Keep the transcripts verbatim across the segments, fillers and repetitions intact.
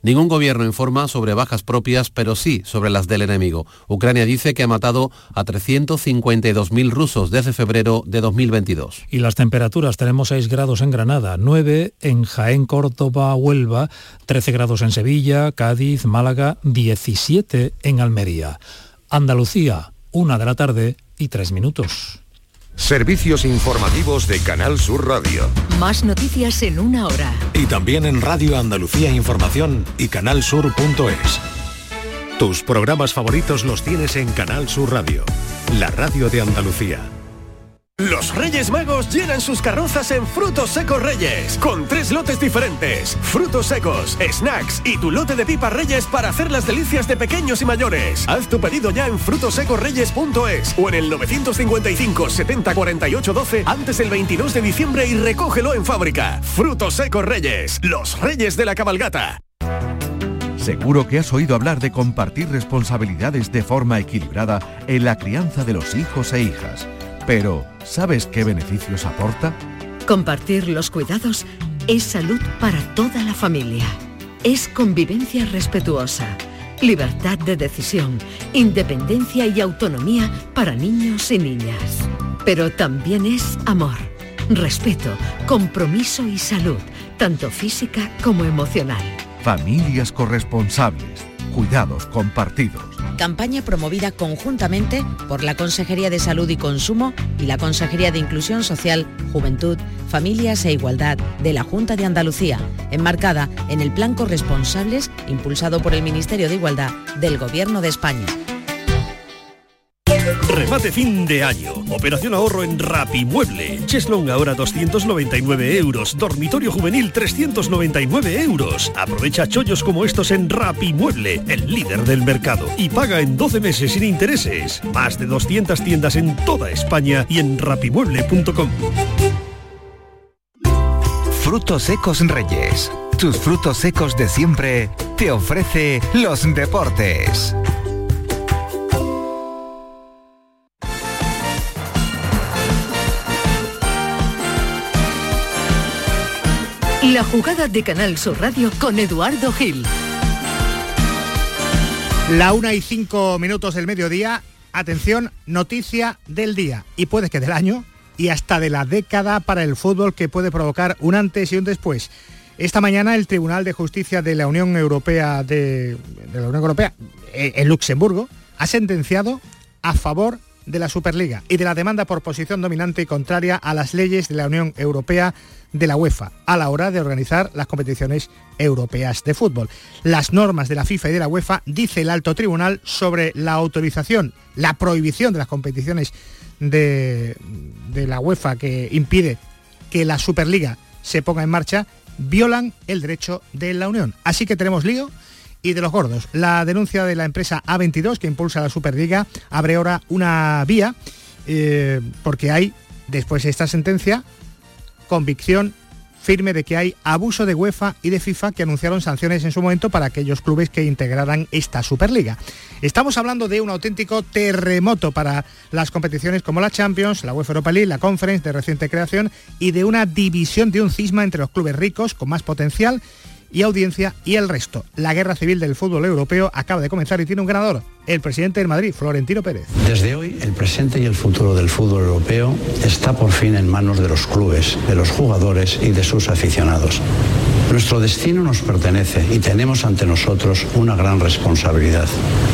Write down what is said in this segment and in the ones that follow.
Ningún gobierno informa sobre bajas propias, pero sí sobre las del enemigo. Ucrania dice que ha matado a trescientos cincuenta y dos mil rusos desde febrero de dos mil veintidós. Y las temperaturas, tenemos seis grados en Granada, nueve en Jaén, Córdoba, Huelva, trece grados en Sevilla, Cádiz, Málaga, diecisiete en Almería. Andalucía, una de la tarde y tres minutos. Servicios informativos de Canal Sur Radio. Más noticias en una hora. Y también en Radio Andalucía Información y canalsur punto es. Tus programas favoritos los tienes en Canal Sur Radio, la radio de Andalucía. Los Reyes Magos llenan sus carrozas en Frutos Secos Reyes, con tres lotes diferentes. Frutos secos, snacks y tu lote de pipas Reyes para hacer las delicias de pequeños y mayores. Haz tu pedido ya en frutos secos reyes punto es o en el novecientos cincuenta y cinco, setenta, cuarenta y ocho, doce antes del veintidós de diciembre y recógelo en fábrica. Frutos Secos Reyes, los Reyes de la cabalgata. Seguro que has oído hablar de compartir responsabilidades de forma equilibrada en la crianza de los hijos e hijas. Pero, ¿sabes qué beneficios aporta? Compartir los cuidados es salud para toda la familia. Es convivencia respetuosa, libertad de decisión, independencia y autonomía para niños y niñas. Pero también es amor, respeto, compromiso y salud, tanto física como emocional. Familias corresponsables, cuidados compartidos. Campaña promovida conjuntamente por la Consejería de Salud y Consumo y la Consejería de Inclusión Social, Juventud, Familias e Igualdad de la Junta de Andalucía, enmarcada en el Plan Corresponsables impulsado por el Ministerio de Igualdad del Gobierno de España. Remate fin de año. Operación ahorro en Rapimueble. Cheslong ahora doscientos noventa y nueve euros. Dormitorio juvenil trescientos noventa y nueve euros. Aprovecha chollos como estos en Rapimueble, el líder del mercado. Y paga en doce meses sin intereses. Más de doscientas tiendas en toda España y en rapimueble punto com. Frutos Secos Reyes. Tus frutos secos de siempre te ofrece los deportes. La jugada de Canal Sur Radio con Eduardo Gil. La una y cinco minutos del mediodía. Atención, noticia del día. Y puede que del año y hasta de la década para el fútbol, que puede provocar un antes y un después. Esta mañana el Tribunal de Justicia de la Unión Europea de, de la Unión Europea en Luxemburgo ha sentenciado a favor de la Superliga y de la demanda por posición dominante y contraria a las leyes de la Unión Europea de la UEFA a la hora de organizar las competiciones europeas de fútbol. Las normas de la FIFA y de la UEFA, dice el alto tribunal, sobre la autorización, la prohibición de las competiciones de, de la UEFA que impide que la Superliga se ponga en marcha, violan el derecho de la Unión. Así que tenemos lío y de los gordos. La denuncia de la empresa A veintidós, que impulsa la Superliga, abre ahora una vía eh, porque hay, después de esta sentencia, convicción firme de que hay abuso de UEFA y de FIFA, que anunciaron sanciones en su momento para aquellos clubes que integraran esta Superliga. Estamos hablando de un auténtico terremoto para las competiciones como la Champions, la UEFA Europa League, la Conference de reciente creación, y de una división, de un cisma entre los clubes ricos con más potencial y audiencia y el resto. La guerra civil del fútbol europeo acaba de comenzar y tiene un ganador, el presidente del Madrid, Florentino Pérez. Desde hoy, el presente y el futuro del fútbol europeo está por fin en manos de los clubes, de los jugadores y de sus aficionados. Nuestro destino nos pertenece y tenemos ante nosotros una gran responsabilidad.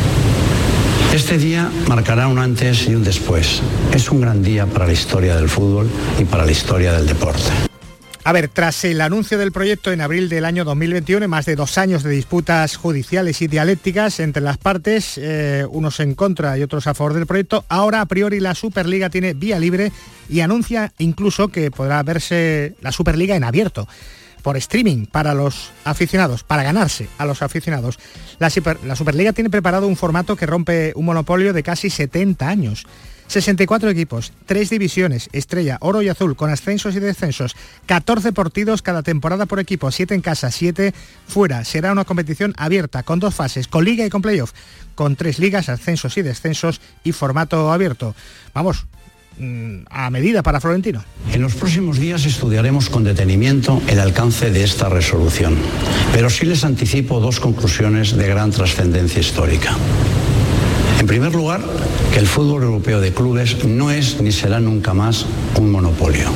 Este día marcará un antes y un después. Es un gran día para la historia del fútbol y para la historia del deporte. A ver, tras el anuncio del proyecto en abril del año dos mil veintiuno, y más de dos años de disputas judiciales y dialécticas entre las partes, eh, unos en contra y otros a favor del proyecto, ahora a priori la Superliga tiene vía libre y anuncia incluso que podrá verse la Superliga en abierto, por streaming para los aficionados, para ganarse a los aficionados. La, super, la Superliga tiene preparado un formato que rompe un monopolio de casi setenta años. sesenta y cuatro equipos, tres divisiones, estrella, oro y azul, con ascensos y descensos, catorce partidos cada temporada por equipo, siete en casa, siete fuera. Será una competición abierta, con dos fases, con liga y con playoff, con tres ligas, ascensos y descensos y formato abierto. Vamos, a medida para Florentino. En los próximos días estudiaremos con detenimiento el alcance de esta resolución, pero sí les anticipo dos conclusiones de gran trascendencia histórica. En primer lugar, que el fútbol europeo de clubes no es ni será nunca más un monopolio.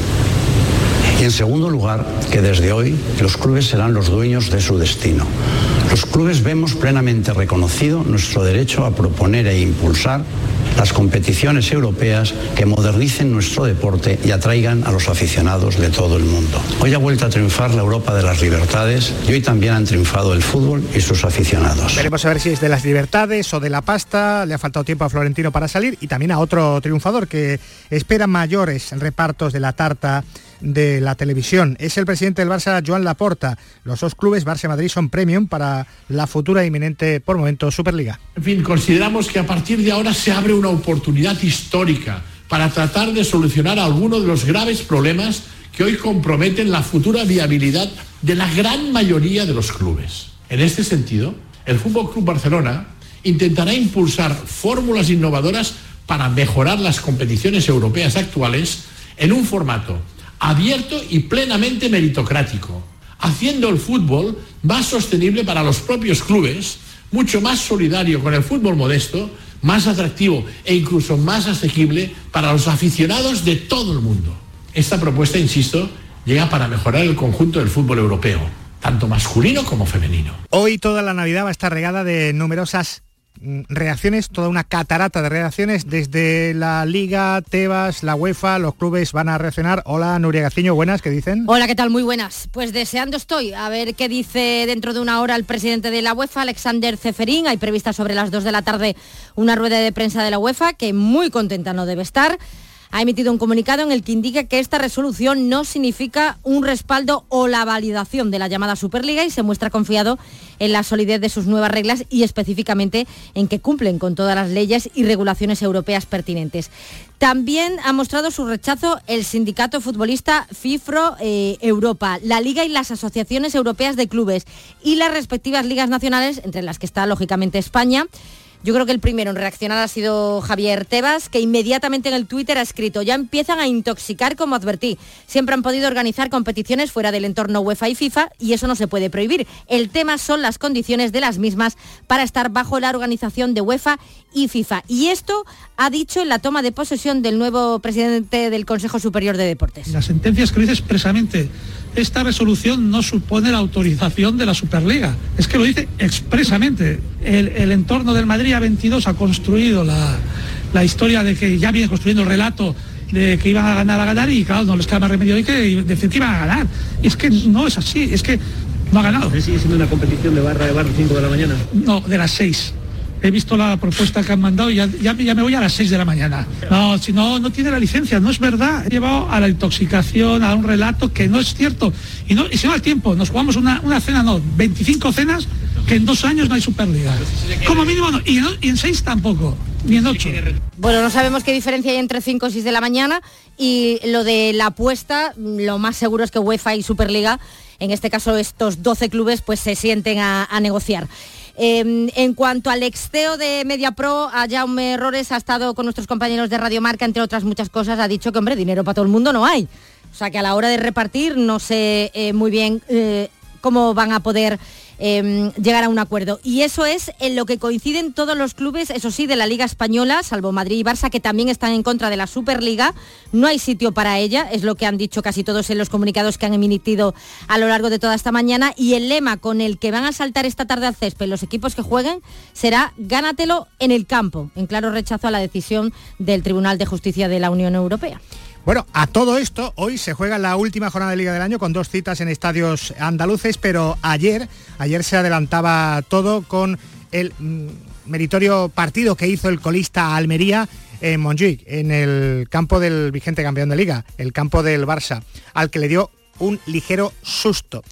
Y en segundo lugar, que desde hoy los clubes serán los dueños de su destino. Los clubes vemos plenamente reconocido nuestro derecho a proponer e impulsar las competiciones europeas que modernicen nuestro deporte y atraigan a los aficionados de todo el mundo. Hoy ha vuelto a triunfar la Europa de las libertades y hoy también han triunfado el fútbol y sus aficionados. Veremos a ver si es de las libertades o de la pasta. Le ha faltado tiempo a Florentino para salir y también a otro triunfador que espera mayores repartos de la tarta de la televisión. Es el presidente del Barça, Joan Laporta. Los dos clubes, Barça y Madrid, son premium para la futura inminente, por momento, Superliga. En fin, consideramos que a partir de ahora se abre una oportunidad histórica para tratar de solucionar algunos de los graves problemas que hoy comprometen la futura viabilidad de la gran mayoría de los clubes. En este sentido, el F C Barcelona intentará impulsar fórmulas innovadoras para mejorar las competiciones europeas actuales en un formato abierto y plenamente meritocrático, haciendo el fútbol más sostenible para los propios clubes, mucho más solidario con el fútbol modesto, más atractivo e incluso más asequible para los aficionados de todo el mundo. Esta propuesta, insisto, llega para mejorar el conjunto del fútbol europeo, tanto masculino como femenino. Hoy toda la Navidad va a estar regada de numerosas reacciones, toda una catarata de reacciones desde la Liga, Tebas, la UEFA, los clubes van a reaccionar. Hola, Nuria Gaciño, buenas, ¿qué dicen? Hola, ¿qué tal? Muy buenas. Pues deseando estoy a ver qué dice dentro de una hora el presidente de la UEFA, Alexander Ceferín. Hay prevista sobre las dos de la tarde una rueda de prensa de la UEFA, que muy contenta no debe estar. Ha emitido un comunicado en el que indica que esta resolución no significa un respaldo o la validación de la llamada Superliga y se muestra confiado en la solidez de sus nuevas reglas y específicamente en que cumplen con todas las leyes y regulaciones europeas pertinentes. También ha mostrado su rechazo el sindicato futbolista FIFRO eh, Europa, la Liga y las asociaciones europeas de clubes y las respectivas ligas nacionales, entre las que está lógicamente España. Yo creo que el primero en reaccionar ha sido Javier Tebas, que inmediatamente en el Twitter ha escrito: ya empiezan a intoxicar como advertí. Siempre han podido organizar competiciones fuera del entorno UEFA y FIFA y eso no se puede prohibir. El tema son las condiciones de las mismas para estar bajo la organización de UEFA y FIFA. Y esto ha dicho en la toma de posesión del nuevo presidente del Consejo Superior de Deportes. La sentencia es que lo dice expresamente: esta resolución no supone la autorización de la Superliga. Es que lo dice expresamente. El, el entorno del Madrid A veintidós ha construido la, la historia de que ya viene construyendo el relato de que iban a ganar a ganar y claro, no les queda más remedio hoy que decir que iban a ganar. Y es que no es así, es que no ha ganado. ¿Sigue siendo una competición de barra de bar cinco de la mañana? No, de las seis. He visto la propuesta que han mandado y ya, ya, ya me voy a las seis de la mañana. No, si no, no tiene la licencia, no es verdad. He llevado a la intoxicación, a un relato que no es cierto. Y, no, y si no al tiempo, nos jugamos una, una cena, no, veinticinco cenas, que en dos años no hay Superliga. Como mínimo no, y en, y en seis tampoco, ni en ocho. Bueno, no sabemos qué diferencia hay entre cinco y seis de la mañana y lo de la apuesta, lo más seguro es que UEFA y Superliga, en este caso estos doce clubes, pues se sienten a, a negociar. Eh, en cuanto al ex C E O de MediaPro, a Jaume Rores, ha estado con nuestros compañeros de Radio Marca, entre otras muchas cosas, ha dicho que, hombre, dinero para todo el mundo no hay. O sea, que a la hora de repartir no sé eh, muy bien eh, cómo van a poder eh, llegar a un acuerdo. Y eso es en lo que coinciden todos los clubes, eso sí, de la Liga Española, salvo Madrid y Barça, que también están en contra de la Superliga. No hay sitio para ella, es lo que han dicho casi todos en los comunicados que han emitido a lo largo de toda esta mañana. Y el lema con el que van a saltar esta tarde al césped los equipos que jueguen será: gánatelo en el campo, en claro rechazo a la decisión del Tribunal de Justicia de la Unión Europea. Bueno, a todo esto, hoy se juega la última jornada de Liga del año con dos citas en estadios andaluces, pero ayer, ayer se adelantaba todo con el mm, meritorio partido que hizo el colista Almería en Montjuic, en el campo del vigente campeón de Liga, el campo del Barça, al que le dio un ligero susto.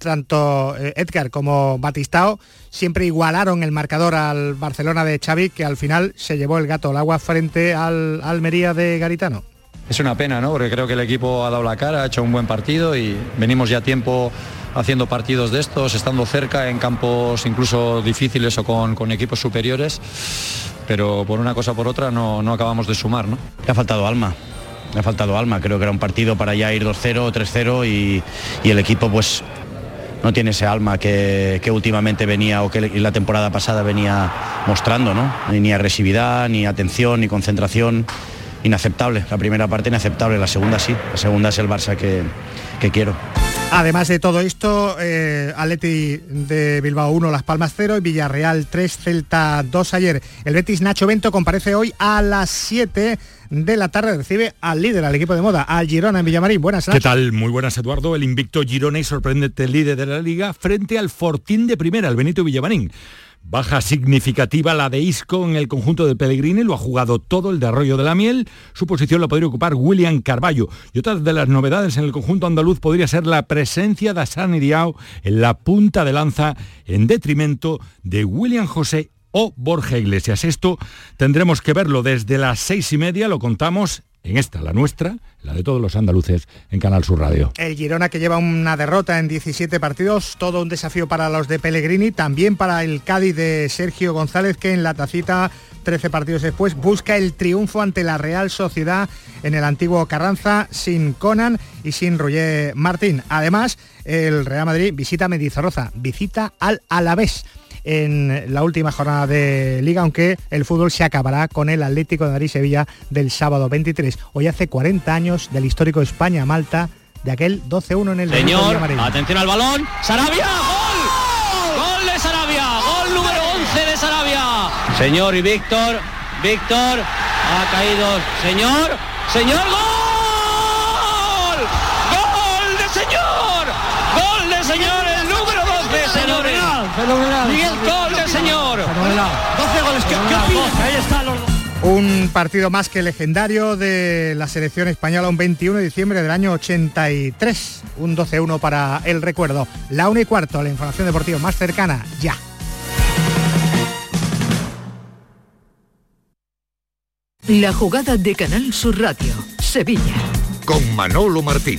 Tanto Edgar como Batistao siempre igualaron el marcador al Barcelona de Xavi, que al final se llevó el gato al agua frente al Almería de Garitano. Es una pena, ¿no? Porque creo que el equipo ha dado la cara, ha hecho un buen partido y venimos ya tiempo haciendo partidos de estos, estando cerca en campos incluso difíciles o con, con equipos superiores, pero por una cosa o por otra no, no acabamos de sumar, ¿no? Le ha faltado alma, me ha faltado alma. Creo que era un partido para ya ir dos cero, tres cero y, y el equipo pues no tiene ese alma que, que últimamente venía o que la temporada pasada venía mostrando, ¿no? Ni agresividad, ni atención, ni concentración. Inaceptable, la primera parte inaceptable, la segunda sí, la segunda es el Barça que, que quiero. Además de todo esto, eh, Atleti de Bilbao uno, Las Palmas cero y Villarreal tres, Celta dos ayer. El Betis Nacho Bento comparece hoy a las siete de la tarde, recibe al líder, al equipo de moda, al Girona en Villamarín. Buenas, Nacho. ¿Qué tal? Muy buenas, Eduardo. El invicto Girona y sorprendente líder de la Liga frente al Fortín de Primera, el Benito Villamarín. Baja significativa la de Isco en el conjunto de Pellegrini, lo ha jugado todo el de Arroyo de la Miel, su posición la podría ocupar William Carballo. Y otra de las novedades en el conjunto andaluz podría ser la presencia de Hassan Iriao en la punta de lanza en detrimento de William José o Borja Iglesias. Esto tendremos que verlo desde las seis y media, lo contamos en esta, la nuestra, la de todos los andaluces, en Canal Sur Radio. El Girona, que lleva una derrota en diecisiete partidos, todo un desafío para los de Pellegrini, también para el Cádiz de Sergio González, que en la tacita, trece partidos después, busca el triunfo ante la Real Sociedad en el antiguo Carranza, sin Conan y sin Roger Martín. Además, el Real Madrid visita Mendizorroza, visita al Alavés en la última jornada de Liga, aunque el fútbol se acabará con el Atlético de Madrid-Sevilla del sábado veintitrés. Hoy hace cuarenta años del histórico España-Malta, de aquel doce uno en el... Señor, atención al balón, Sarabia, ¡gol! ¡Gol de Sarabia! ¡Gol número once de Sarabia! Señor y Víctor, Víctor, ha caído, señor, señor, ¡gol! ¡Gol de señor! ¡Gol de señor! El número doce, señores. Fenomenal. Miguel, gol del señor. Fenomenal. doce goles. ¿Qué, qué opinas? Ahí están los... Un partido más que legendario de la selección española, un veintiuno de diciembre del año ochenta y tres. Un doce uno para el recuerdo. La una y cuarto, la información deportiva más cercana, ya. La jugada de Canal Sur Radio, Sevilla. Con Manolo Martín.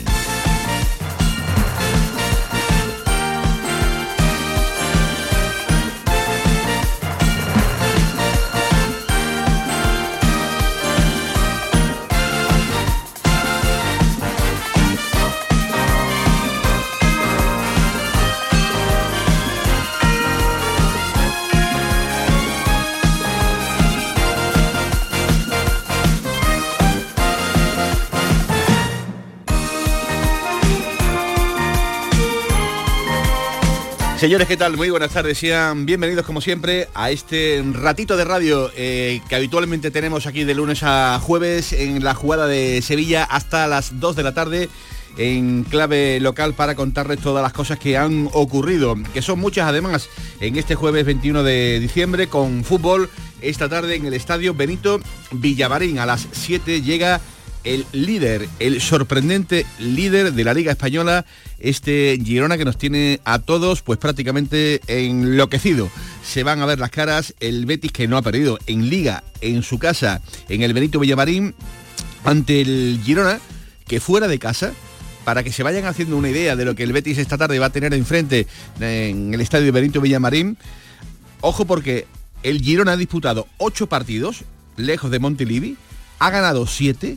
Señores, ¿qué tal? Muy buenas tardes, sean bienvenidos como siempre a este ratito de radio eh, que habitualmente tenemos aquí de lunes a jueves en la jugada de Sevilla hasta las dos de la tarde en clave local para contarles todas las cosas que han ocurrido, que son muchas además, en este jueves veintiuno de diciembre con fútbol. Esta tarde en el estadio Benito Villamarín a las siete llega el líder, el sorprendente líder de la Liga Española, este Girona que nos tiene a todos pues prácticamente enloquecido. Se van a ver las caras, el Betis que no ha perdido en Liga, en su casa, en el Benito Villamarín, ante el Girona que fuera de casa, para que se vayan haciendo una idea de lo que el Betis esta tarde va a tener enfrente en el estadio Benito Villamarín. Ojo porque el Girona ha disputado ocho partidos lejos de Montilivi, ha ganado siete,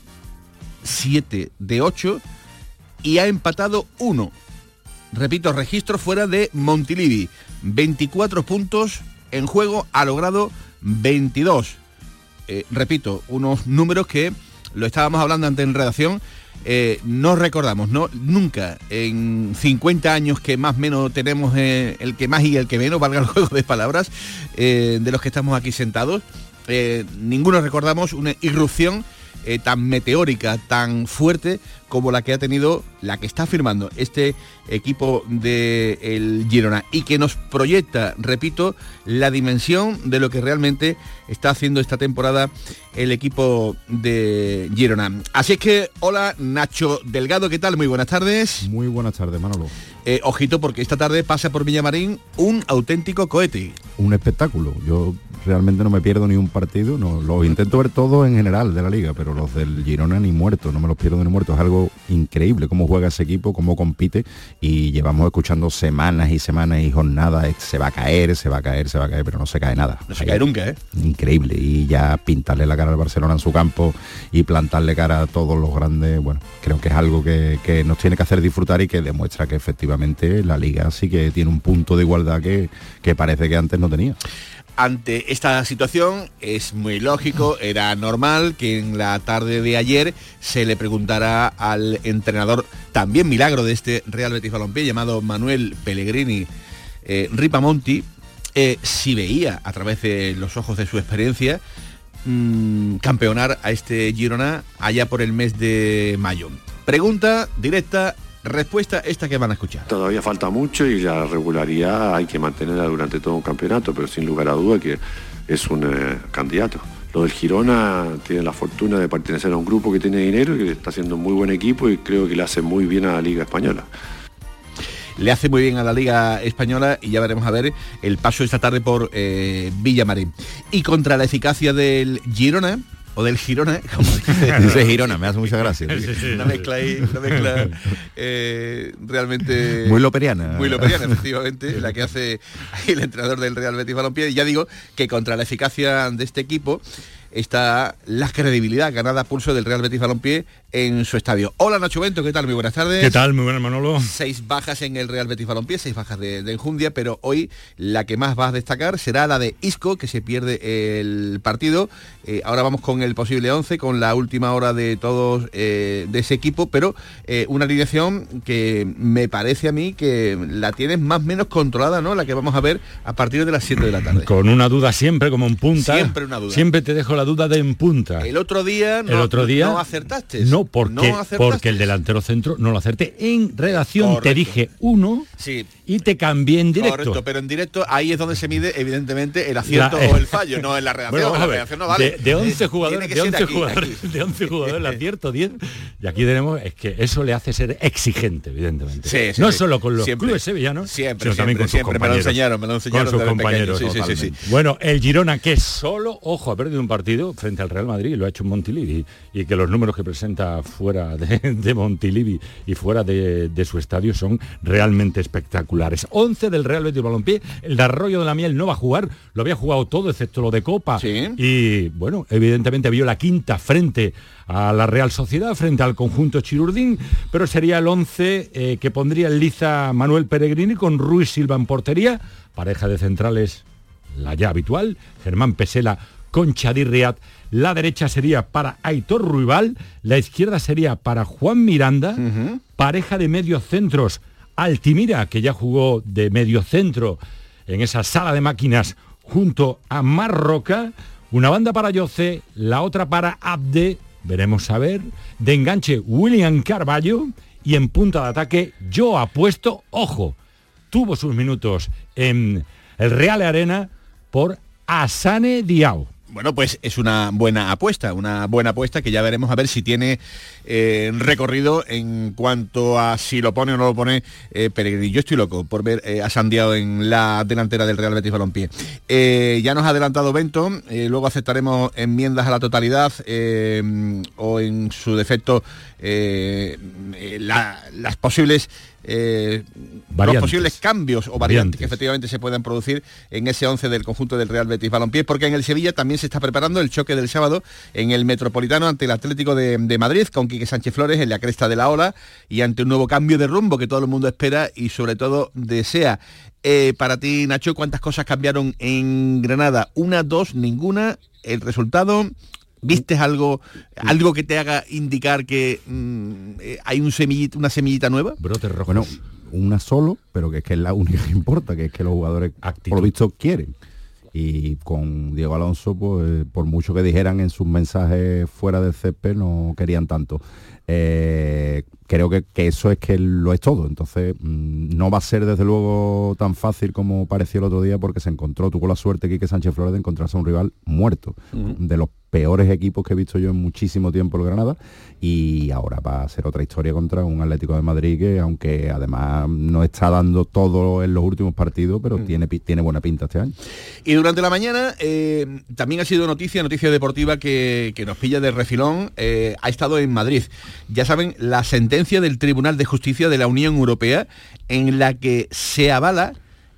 siete de ocho y ha empatado uno. Repito, registro fuera de Montilivi. veinticuatro puntos en juego, ha logrado veintidós. Eh, repito, unos números que lo estábamos hablando antes en redacción. Eh, no recordamos, no nunca en cincuenta años que más o menos tenemos eh, el que más y el que menos, valga el juego de palabras, eh, de los que estamos aquí sentados, eh, ninguno recordamos una irrupción eh, tan meteórica, tan fuerte como la que ha tenido, la que está firmando este equipo de el Girona y que nos proyecta, repito, la dimensión de lo que realmente está haciendo esta temporada el equipo de Girona. Así es que, hola Nacho Delgado, ¿qué tal? Muy buenas tardes. Muy buenas tardes, Manolo. Eh, ojito porque esta tarde pasa por Villamarín un auténtico cohete. Un espectáculo. Yo realmente no me pierdo ni un partido, no, los intento ver todos en general de la liga, pero los del Girona ni muertos, no me los pierdo ni muertos. Es algo increíble cómo juega ese equipo, cómo compite, y llevamos escuchando semanas y semanas y jornadas, se va a caer, se va a caer, se va a caer, pero no se cae nada. No se cae nunca, ¿eh? Increíble, y ya pintarle la cara al Barcelona en su campo y plantarle cara a todos los grandes, bueno, creo que es algo que, que nos tiene que hacer disfrutar y que demuestra que efectivamente la liga sí que tiene un punto de igualdad que, que parece que antes no tenía. Ante esta situación es muy lógico, era normal que en la tarde de ayer se le preguntara al entrenador, también milagro de este Real Betis Balompié, llamado Manuel Pellegrini eh, Ripamonti, eh, si veía a través de los ojos de su experiencia mmm, campeonar a este Girona allá por el mes de mayo. Pregunta directa, respuesta esta que van a escuchar. Todavía falta mucho y la regularidad hay que mantenerla durante todo un campeonato, pero sin lugar a duda que es un eh, candidato. Lo del Girona tiene la fortuna de pertenecer a un grupo que tiene dinero y que está haciendo un muy buen equipo y creo que le hace muy bien a la Liga Española. Le hace muy bien a la Liga Española y ya veremos a ver el paso esta tarde por eh, Villamarín. Y contra la eficacia del Girona, o del Girona, como dice, dice Girona, me hace mucha gracia. Sí, sí, una mezcla ahí, una mezcla eh, realmente... Muy loperiana. Muy loperiana, efectivamente, la que hace el entrenador del Real Betis Balompié. Y ya digo que contra la eficacia de este equipo está la credibilidad ganada a pulso del Real Betis Balompié en su estadio. Hola Nacho Bento, ¿qué tal? Muy buenas tardes. ¿Qué tal? Muy buenas, Manolo. Seis bajas en el Real Betis Balompié, seis bajas de, de enjundia, pero hoy la que más va a destacar será la de Isco, que se pierde el partido. Eh, ahora vamos con el posible once, con la última hora de todos eh, de ese equipo, pero eh, una alineación que me parece a mí que la tienes más o menos controlada, ¿no? La que vamos a ver a partir de las siete de la tarde. Con una duda siempre, como en punta. Siempre una duda. Siempre te dejo la duda de en punta. El otro día no, el otro día, no acertaste. No, porque, no acertaste. porque el delantero centro no lo acerté. En redacción Correcto. Te dije uno sí. y te cambié en directo. Correcto, pero en directo ahí es donde se mide evidentemente el acierto la, eh, o el fallo, no en la redacción. Bueno, en la redacción no vale. De, de once jugadores, de once aquí, jugadores, aquí. de once jugadores el acierto diez. Y aquí tenemos, es que eso le hace ser exigente, evidentemente. Sí, sí, no sí. solo con los siempre, clubes sevillanos, siempre, sino también con sus siempre, compañeros. Me lo enseñaron, me lo enseñaron con sus compañeros. Sí, sí, sí, sí. Bueno, el Girona, que solo, ojo, ha perdido un partido frente al Real Madrid, lo ha hecho en Montilivi, y que los números que presenta fuera de, de Montilivi y fuera de, de su estadio son realmente espectaculares. once del Real Betis Balompié, el de Arroyo de la Miel no va a jugar, lo había jugado todo excepto lo de Copa. Sí. Y bueno, evidentemente vio la quinta frente a la Real Sociedad, frente al conjunto Chirurdín, pero sería el once eh, que pondría en liza Manuel Pellegrini con Ruiz Silva en portería, pareja de centrales la ya habitual, Germán Pesela con Chadir Riad. La derecha sería para Aitor Ruibal, la izquierda sería para Juan Miranda, uh-huh. pareja de medios centros, Altimira, que ya jugó de medio centro en esa sala de máquinas junto a Marroca, una banda para José, la otra para Abde, veremos a ver, de enganche William Carballo, y en punta de ataque yo apuesto, ojo, tuvo sus minutos en el Real Arena por Asane Diao. Bueno, pues es una buena apuesta, una buena apuesta que ya veremos a ver si tiene eh, recorrido en cuanto a si lo pone o no lo pone eh, Pellegrini. Yo estoy loco por ver eh, a Sandiao en la delantera del Real Betis Balompié. Eh, ya nos ha adelantado Bento, eh, luego aceptaremos enmiendas a la totalidad eh, o en su defecto eh, la, las posibles... Eh, los posibles cambios o variantes, variantes que efectivamente se puedan producir en ese once del conjunto del Real Betis Balompié, porque en el Sevilla también se está preparando el choque del sábado en el Metropolitano ante el Atlético de, de Madrid, con Quique Sánchez Flores en la cresta de la ola y ante un nuevo cambio de rumbo que todo el mundo espera y sobre todo desea. Eh, para ti, Nacho, ¿cuántas cosas cambiaron en Granada? ¿Una, dos, ninguna? ¿El resultado? ¿Vistes algo algo que te haga indicar que mmm, eh, hay un semillita, una semillita nueva? Brotes rojos. Bueno, una solo, pero que es que es la única que importa, que es que los jugadores, Actitud. por lo visto, quieren. Y con Diego Alonso, pues por mucho que dijeran en sus mensajes fuera del césped, no querían tanto. Eh, creo que, que eso es que lo es todo. Entonces mmm, no va a ser desde luego tan fácil como pareció el otro día, porque se encontró, tuvo la suerte Quique Sánchez Flores de encontrarse a un rival muerto, uh-huh. de los peores equipos que he visto yo en muchísimo tiempo el Granada, y ahora va a ser otra historia contra un Atlético de Madrid que, aunque además no está dando todo en los últimos partidos, pero uh-huh. tiene, tiene buena pinta este año. Y durante la mañana eh, también ha sido noticia, noticia deportiva que, que nos pilla de refilón, eh, ha estado en Madrid. Ya saben, la sentencia del Tribunal de Justicia de la Unión Europea en la que se avala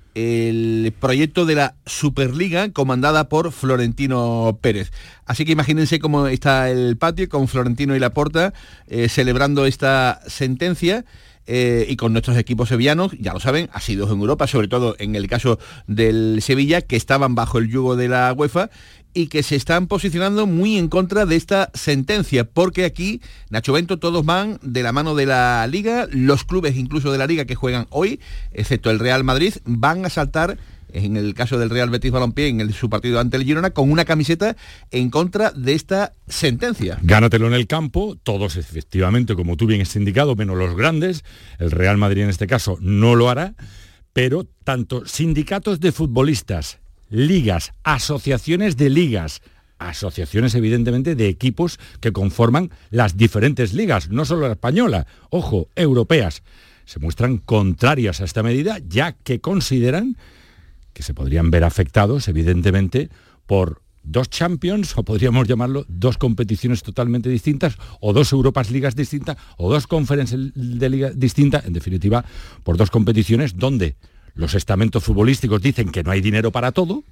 el proyecto de la Superliga comandada por Florentino Pérez. Así que imagínense cómo está el patio con Florentino y Laporta eh, celebrando esta sentencia. Eh, y con nuestros equipos sevillanos, ya lo saben, asiduos en Europa, sobre todo en el caso del Sevilla, que estaban bajo el yugo de la UEFA y que se están posicionando muy en contra de esta sentencia, porque aquí, Nacho Bento, todos van de la mano de la Liga, los clubes incluso de la Liga que juegan hoy, excepto el Real Madrid, van a saltar, en el caso del Real Betis Balompié, en el, su partido ante el Girona, con una camiseta en contra de esta sentencia. Gánatelo en el campo, todos efectivamente, como tú bien has indicado, menos los grandes, el Real Madrid en este caso no lo hará, pero tanto sindicatos de futbolistas, ligas, asociaciones de ligas, asociaciones evidentemente de equipos que conforman las diferentes ligas, no solo la española, ojo, europeas, se muestran contrarias a esta medida, ya que consideran que se podrían ver afectados, evidentemente, por dos Champions, o podríamos llamarlo dos competiciones totalmente distintas, o dos Europas Ligas distintas, o dos conferencias de liga distintas, en definitiva, por dos competiciones donde los estamentos futbolísticos dicen que no hay dinero para todo,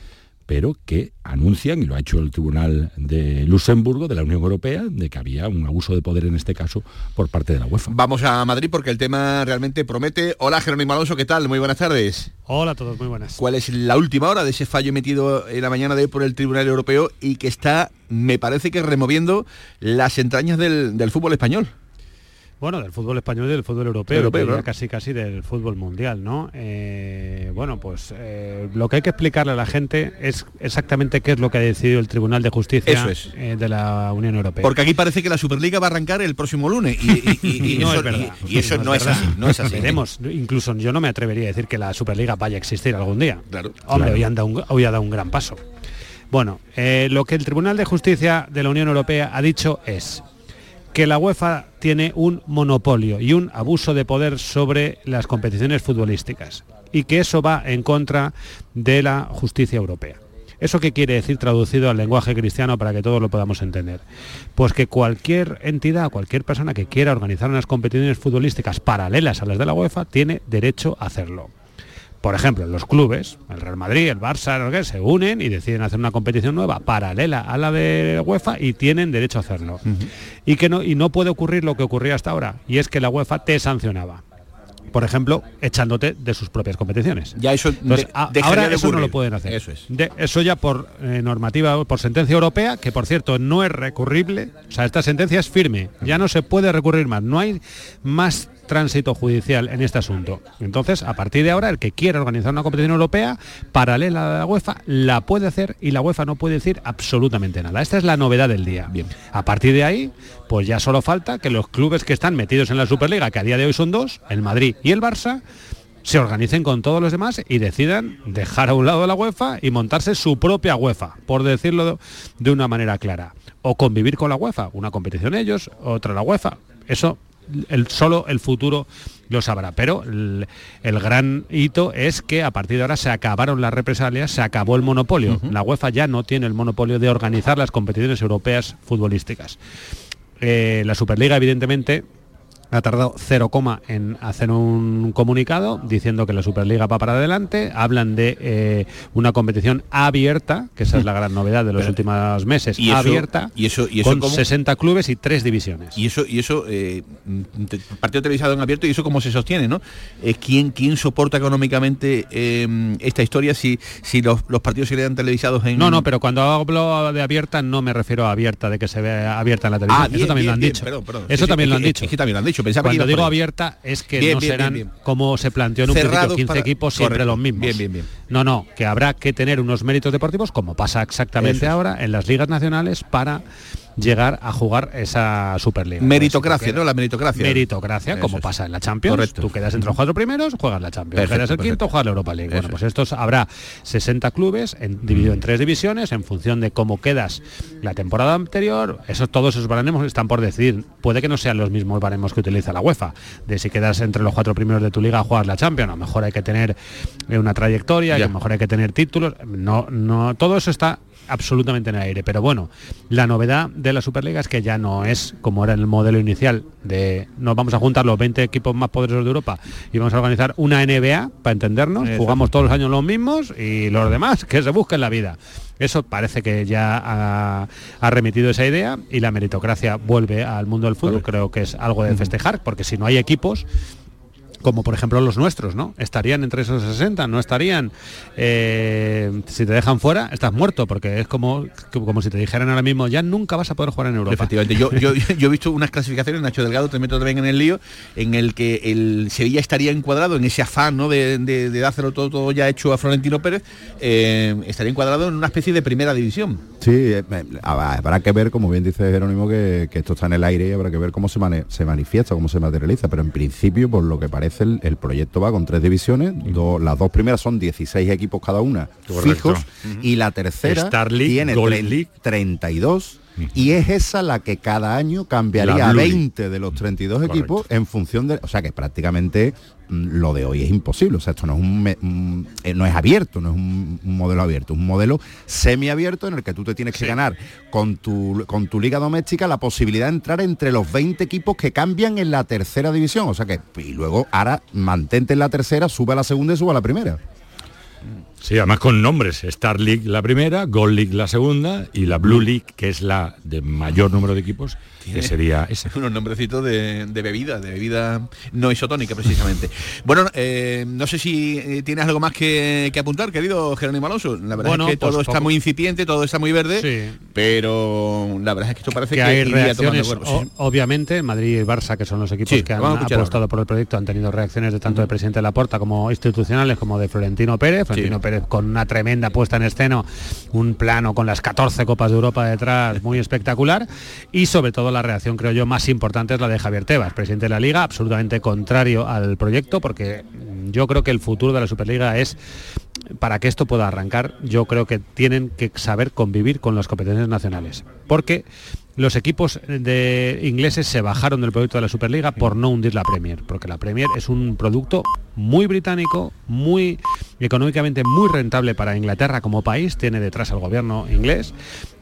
pero que anuncian, y lo ha hecho el Tribunal de Luxemburgo, de la Unión Europea, de que había un abuso de poder en este caso por parte de la UEFA. Vamos a Madrid porque el tema realmente promete. Hola, Jerónimo Alonso, ¿qué tal? Muy buenas tardes. Hola a todos, muy buenas. ¿Cuál es la última hora de ese fallo emitido en la mañana de hoy por el Tribunal Europeo y que está, me parece que removiendo las entrañas del, del fútbol español? Bueno, del fútbol español y del fútbol europeo, europeo ¿no? casi casi del fútbol mundial, ¿no? Eh, bueno, pues eh, lo que hay que explicarle a la gente es exactamente qué es lo que ha decidido el Tribunal de Justicia eso es. eh, de la Unión Europea. Porque aquí parece que la Superliga va a arrancar el próximo lunes y, y, y, y no eso, es verdad. Y, y eso no, no, es, es así, no es así. Veremos, incluso yo no me atrevería a decir que la Superliga vaya a existir algún día. Claro. Hombre, claro. Hoy, anda un, hoy ha dado un gran paso. Bueno, eh, lo que el Tribunal de Justicia de la Unión Europea ha dicho es que la UEFA tiene un monopolio y un abuso de poder sobre las competiciones futbolísticas y que eso va en contra de la justicia europea. ¿Eso qué quiere decir traducido al lenguaje cristiano para que todos lo podamos entender? Pues que cualquier entidad, cualquier persona que quiera organizar unas competiciones futbolísticas paralelas a las de la UEFA tiene derecho a hacerlo. Por ejemplo, los clubes, el Real Madrid, el Barça, ¿no? que se unen y deciden hacer una competición nueva paralela a la de UEFA y tienen derecho a hacerlo. Uh-huh. Y que no, y no puede ocurrir lo que ocurría hasta ahora, y es que la UEFA te sancionaba. Por ejemplo, echándote de sus propias competiciones. Ya eso Entonces, de, a, de ahora eso ocurrir. no lo pueden hacer. Eso es. De, eso ya por eh, normativa, por sentencia europea, que por cierto no es recurrible. O sea, esta sentencia es firme. Ya no se puede recurrir más. No hay más tránsito judicial en este asunto. Entonces, a partir de ahora, el que quiera organizar una competición europea paralela a la UEFA la puede hacer y la UEFA no puede decir absolutamente nada. Esta es la novedad del día. Bien. A partir de ahí, pues ya solo falta que los clubes que están metidos en la Superliga, que a día de hoy son dos, el Madrid y el Barça, se organicen con todos los demás y decidan dejar a un lado la UEFA y montarse su propia UEFA, por decirlo de una manera clara. O convivir con la UEFA, una competición ellos, otra la UEFA. Eso el, solo el futuro lo sabrá. Pero el, el gran hito es que a partir de ahora se acabaron las represalias, se acabó el monopolio. Uh-huh. La UEFA ya no tiene el monopolio de organizar las competiciones europeas futbolísticas. Eh, la Superliga, evidentemente, ha tardado cero coma en hacer un comunicado diciendo que la Superliga va para adelante. Hablan de eh, una competición abierta, que esa es la gran novedad de los Pero, últimos meses, y eso, abierta, y eso, y eso con cómo, sesenta clubes y tres divisiones. Y eso, y eso eh, partido televisado en abierto, y eso cómo se sostiene, ¿no? Eh, ¿quién, ¿Quién soporta económicamente eh, esta historia si, si los, los partidos se quedan televisados en...? No, no, pero cuando hablo de abierta no me refiero a abierta, de que se vea abierta en la televisión. Ah, bien, eso también bien, lo han bien, dicho. Perdón, perdón. Eso sí, también sí, lo han es, dicho. Es que también lo han dicho. Pensaba Cuando que digo abierta es que bien, no bien, serán bien, bien. como se planteó en un Cerrados principio, quince para... equipos siempre Correcto. los mismos. Bien, bien, bien. No, no, que habrá que tener unos méritos deportivos, como pasa exactamente Eso es. ahora en las ligas nacionales, para llegar a jugar esa Superliga. Meritocracia, ¿no? La meritocracia. Meritocracia, como pasa en la Champions. Correcto. Tú quedas entre los cuatro primeros, juegas la Champions. Perfecto, quedas el perfecto. quinto, juegas la Europa League. Bueno, pues estos habrá sesenta clubes en, dividido en tres divisiones en función de cómo quedas la temporada anterior. Esos, todos esos baremos están por decidir. Puede que no sean los mismos baremos que utiliza la UEFA, de si quedas entre los cuatro primeros de tu liga juegas la Champions. A lo mejor hay que tener una trayectoria, ya. a lo mejor hay que tener títulos. No, no, todo eso está absolutamente en el aire, pero bueno, la novedad de la Superliga es que ya no es como era en el modelo inicial de nos vamos a juntar los veinte equipos más poderosos de Europa y vamos a organizar una N B A para entendernos, Eso. jugamos todos los años los mismos y los demás que se busquen la vida. Eso parece que ya ha, ha remitido esa idea y la meritocracia vuelve al mundo del fútbol. Creo que es algo de festejar, porque si no hay equipos como por ejemplo los nuestros, ¿no? Estarían entre esos sesenta, no estarían. Eh, si te dejan fuera, estás muerto, porque es como, como si te dijeran ahora mismo, ya nunca vas a poder jugar en Europa. Efectivamente, yo, yo, yo he visto unas clasificaciones, Nacho Delgado, te meto también en el lío, en el que el Sevilla estaría encuadrado en ese afán, ¿no? de, de, de dárselo todo, todo ya hecho a Florentino Pérez, eh, estaría encuadrado en una especie de primera división. Sí, eh, habrá que ver, como bien dice Jerónimo, que, que esto está en el aire y habrá que ver cómo se, mane se manifiesta, cómo se materializa, pero en principio, por lo que parece, El, el proyecto va con tres divisiones, do, las dos primeras son dieciséis equipos cada una, correcto, fijos, uh-huh. y la tercera Star League, tiene tre treinta y dos, uh-huh. y es esa la que cada año cambiaría a veinte de los treinta y dos correcto. Equipos en función de, o sea que prácticamente lo de hoy es imposible, o sea, esto no es un, un no es abierto, no es un, un modelo abierto, es un modelo semiabierto en el que tú te tienes sí. que ganar con tu con tu liga doméstica la posibilidad de entrar entre los veinte equipos que cambian en la tercera división, o sea que y luego ahora mantente en la tercera, sube a la segunda y sube a la primera. Sí, además con nombres, Star League la primera, Gold League la segunda y la Blue League, que es la de mayor número de equipos, que sería ese. Unos nombrecitos de, de bebida, de bebida no isotónica precisamente. Bueno, eh, no sé si tienes algo más que, que apuntar, querido Jerónimo Alonso. La verdad bueno, es que pues todo poco. está muy incipiente, todo está muy verde, sí. pero la verdad es que esto parece que, que hay reacciones. O, obviamente, Madrid y Barça, que son los equipos sí, que han apostado ahora. por el proyecto, han tenido reacciones de tanto del presidente Laporta como institucionales, como de Florentino Pérez. Florentino sí. Pérez con una tremenda puesta en escena, un plano con las catorce Copas de Europa detrás, muy espectacular, y sobre todo la reacción, creo yo, más importante es la de Javier Tebas, presidente de la Liga, absolutamente contrario al proyecto, porque yo creo que el futuro de la Superliga es, para que esto pueda arrancar, yo creo que tienen que saber convivir con las competencias nacionales, porque los equipos de ingleses se bajaron del proyecto de la Superliga por no hundir la Premier, porque la Premier es un producto muy británico, muy económicamente muy rentable para Inglaterra como país, tiene detrás al gobierno inglés,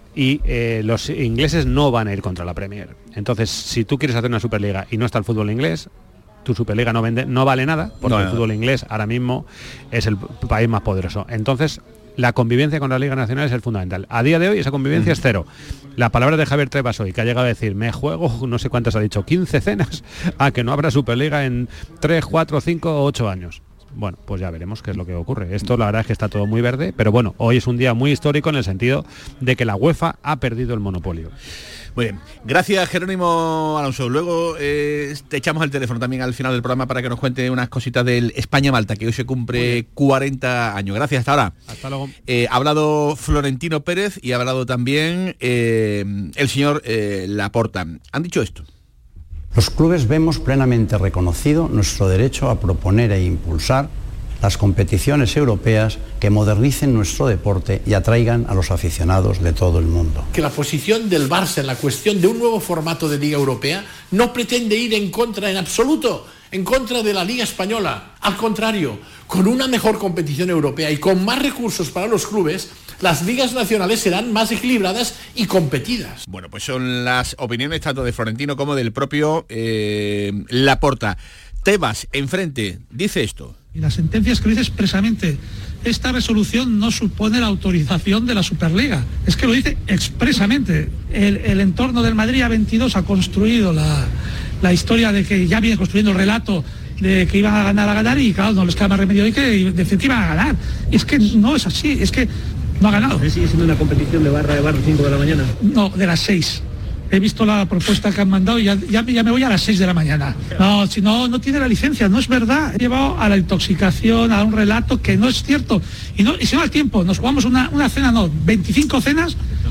y eh, los ingleses no van a ir contra la Premier. Entonces, si tú quieres hacer una Superliga y no está el fútbol inglés, tu Superliga no vende, no vale nada, porque no, el fútbol no. inglés ahora mismo es el país más poderoso. Entonces, la convivencia con las ligas nacionales es fundamental. A día de hoy esa convivencia mm. es cero. La palabra de Javier Tebas hoy, que ha llegado a decir, me juego, no sé cuántas ha dicho, quince cenas, a que no habrá Superliga en tres, cuatro, cinco o ocho años. Bueno, pues ya veremos qué es lo que ocurre. Esto la verdad es que está todo muy verde, pero bueno, hoy es un día muy histórico en el sentido de que la UEFA ha perdido el monopolio. Muy bien, gracias Jerónimo Alonso. Luego eh, te echamos el teléfono también al final del programa para que nos cuente unas cositas del España-Malta, que hoy se cumple cuarenta años. Gracias, hasta ahora. Hasta luego. Eh, ha hablado Florentino Pérez y ha hablado también eh, el señor eh, Laporta. Han dicho esto. Los clubes vemos plenamente reconocido nuestro derecho a proponer e impulsar las competiciones europeas que modernicen nuestro deporte y atraigan a los aficionados de todo el mundo. Que la posición del Barça en la cuestión de un nuevo formato de Liga Europea no pretende ir en contra en absoluto, en contra de la Liga Española. Al contrario, con una mejor competición europea y con más recursos para los clubes, las ligas nacionales serán más equilibradas y competidas. Bueno, pues son las opiniones tanto de Florentino como del propio eh, Laporta. Tebas, enfrente, dice esto. Y la sentencia es que lo dice expresamente, esta resolución no supone la autorización de la Superliga. Es que lo dice expresamente. El, el entorno del Madrid A veintidós ha construido la, la historia de que ya viene construyendo el relato de que iban a ganar a ganar y claro, no les queda más remedio hoy que decir que iban a ganar. Y es que no es así, es que no ha ganado. ¿Sigue siendo una competición de barra de barra cinco de la mañana? No, de las seis. He visto la propuesta que han mandado y ya, ya, ya me voy a las seis de la mañana. No, si no, no tiene la licencia, no es verdad. He llevado a la intoxicación, a un relato que no es cierto. Y, no, y si no al tiempo, nos jugamos una, una cena, no, veinticinco cenas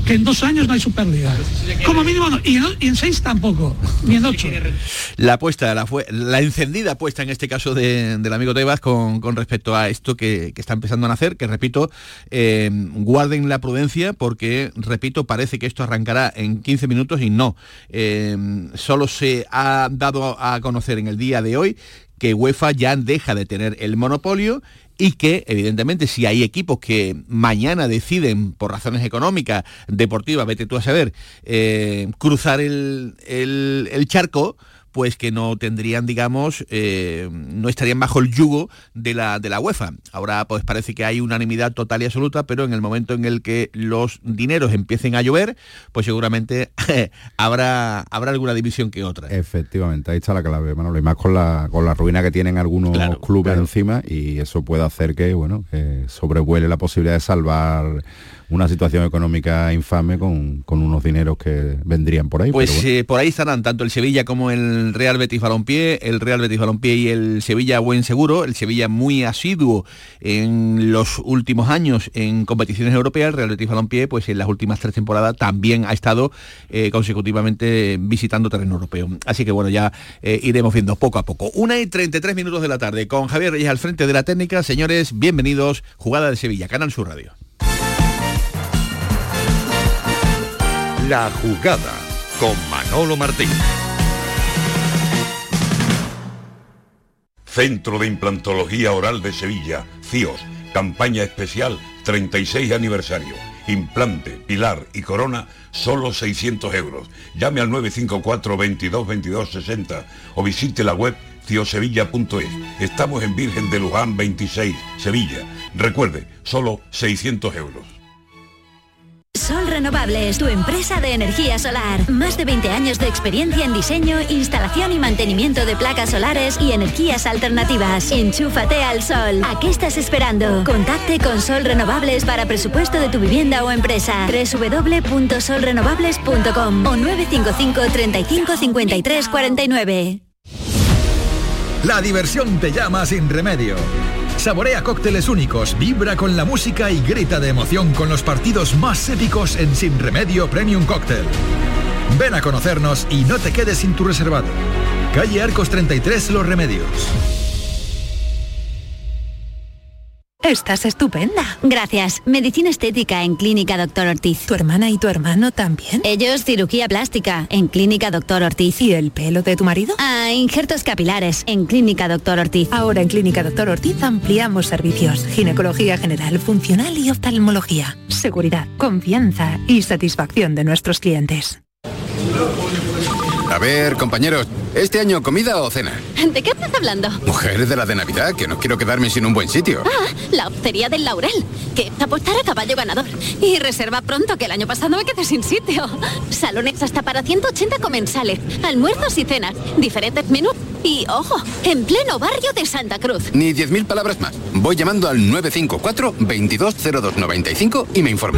que en dos años no hay Superliga. Como mínimo no, y, no, y en seis tampoco, ni en ocho. La apuesta, la, fue, la encendida apuesta en este caso de, del amigo Tebas con, con respecto a esto que, que está empezando a nacer, que repito, eh, guarden la prudencia porque, repito, parece que esto arrancará en quince minutos y no. Eh, solo se ha dado a conocer en el día de hoy que UEFA ya deja de tener el monopolio y que, evidentemente, si hay equipos que mañana deciden, por razones económicas, deportivas, vete tú a saber, eh, cruzar el, el, el charco, pues que no tendrían, digamos, eh, no estarían bajo el yugo de la, de la UEFA. Ahora pues parece que hay unanimidad total y absoluta, pero en el momento en el que los dineros empiecen a llover, pues seguramente habrá, habrá alguna división que otra. Efectivamente, ahí está la clave, Manolo, y más con la, con la ruina que tienen algunos claro, clubes claro. encima, y eso puede hacer que, bueno, que sobrevuele la posibilidad de salvar una situación económica infame con, con unos dineros que vendrían por ahí. Pues pero bueno. eh, por ahí estarán tanto el Sevilla como el Real Betis Balompié, el Real Betis Balompié y el Sevilla buen seguro, el Sevilla muy asiduo en los últimos años en competiciones europeas, el Real Betis Balompié pues en las últimas tres temporadas también ha estado eh, consecutivamente visitando terreno europeo. Así que bueno, ya eh, iremos viendo poco a poco. Una y treinta y tres minutos de la tarde con Javier Reyes al frente de la técnica. Señores, bienvenidos, Jugada de Sevilla, Canal Sur Radio. La Jugada con Manolo Martín. Centro de Implantología Oral de Sevilla, C I O S, campaña especial treinta y seis aniversario. Implante, pilar y corona, solo seiscientos euros. Llame al nueve cinco cuatro, veintidós, veintidós, sesenta o visite la web ciosevilla punto es. Estamos en Virgen de Luján veintiséis, Sevilla. Recuerde, solo seiscientos euros. Sol Renovables, tu empresa de energía solar. Más de veinte años de experiencia en diseño, instalación y mantenimiento de placas solares y energías alternativas. Enchúfate al sol. ¿A qué estás esperando? Contacte con Sol Renovables para presupuesto de tu vivienda o empresa. doble u doble u doble u punto sol renovables punto com o nueve cinco cinco, treinta y cinco, cincuenta y tres, cuarenta y nueve. La diversión te llama sin remedio. Saborea cócteles únicos, vibra con la música y grita de emoción con los partidos más épicos en Sin Remedio Premium Cóctel. Ven a conocernos y no te quedes sin tu reservado. Calle Arcos treinta y tres, Los Remedios. Estás estupenda. Gracias. Medicina estética en Clínica Doctor Ortiz. ¿Tu hermana y tu hermano también? Ellos cirugía plástica en Clínica Doctor Ortiz. ¿Y el pelo de tu marido? Ah, injertos capilares en Clínica Doctor Ortiz. Ahora en Clínica Doctor Ortiz ampliamos servicios. Ginecología general, funcional y oftalmología. Seguridad, confianza y satisfacción de nuestros clientes. A ver, compañeros, ¿este año comida o cena? ¿De qué estás hablando? Mujer de la de Navidad, que no quiero quedarme sin un buen sitio. Ah, la hostería del Laurel, que apostar a caballo ganador. Y reserva pronto, que el año pasado me quedé sin sitio. Salones hasta para ciento ochenta comensales, almuerzos y cenas, diferentes menús. Y, ojo, en pleno barrio de Santa Cruz. Ni diez mil palabras más. Voy llamando al nueve cinco cuatro, veintidós, cero dos noventa y cinco y me informo.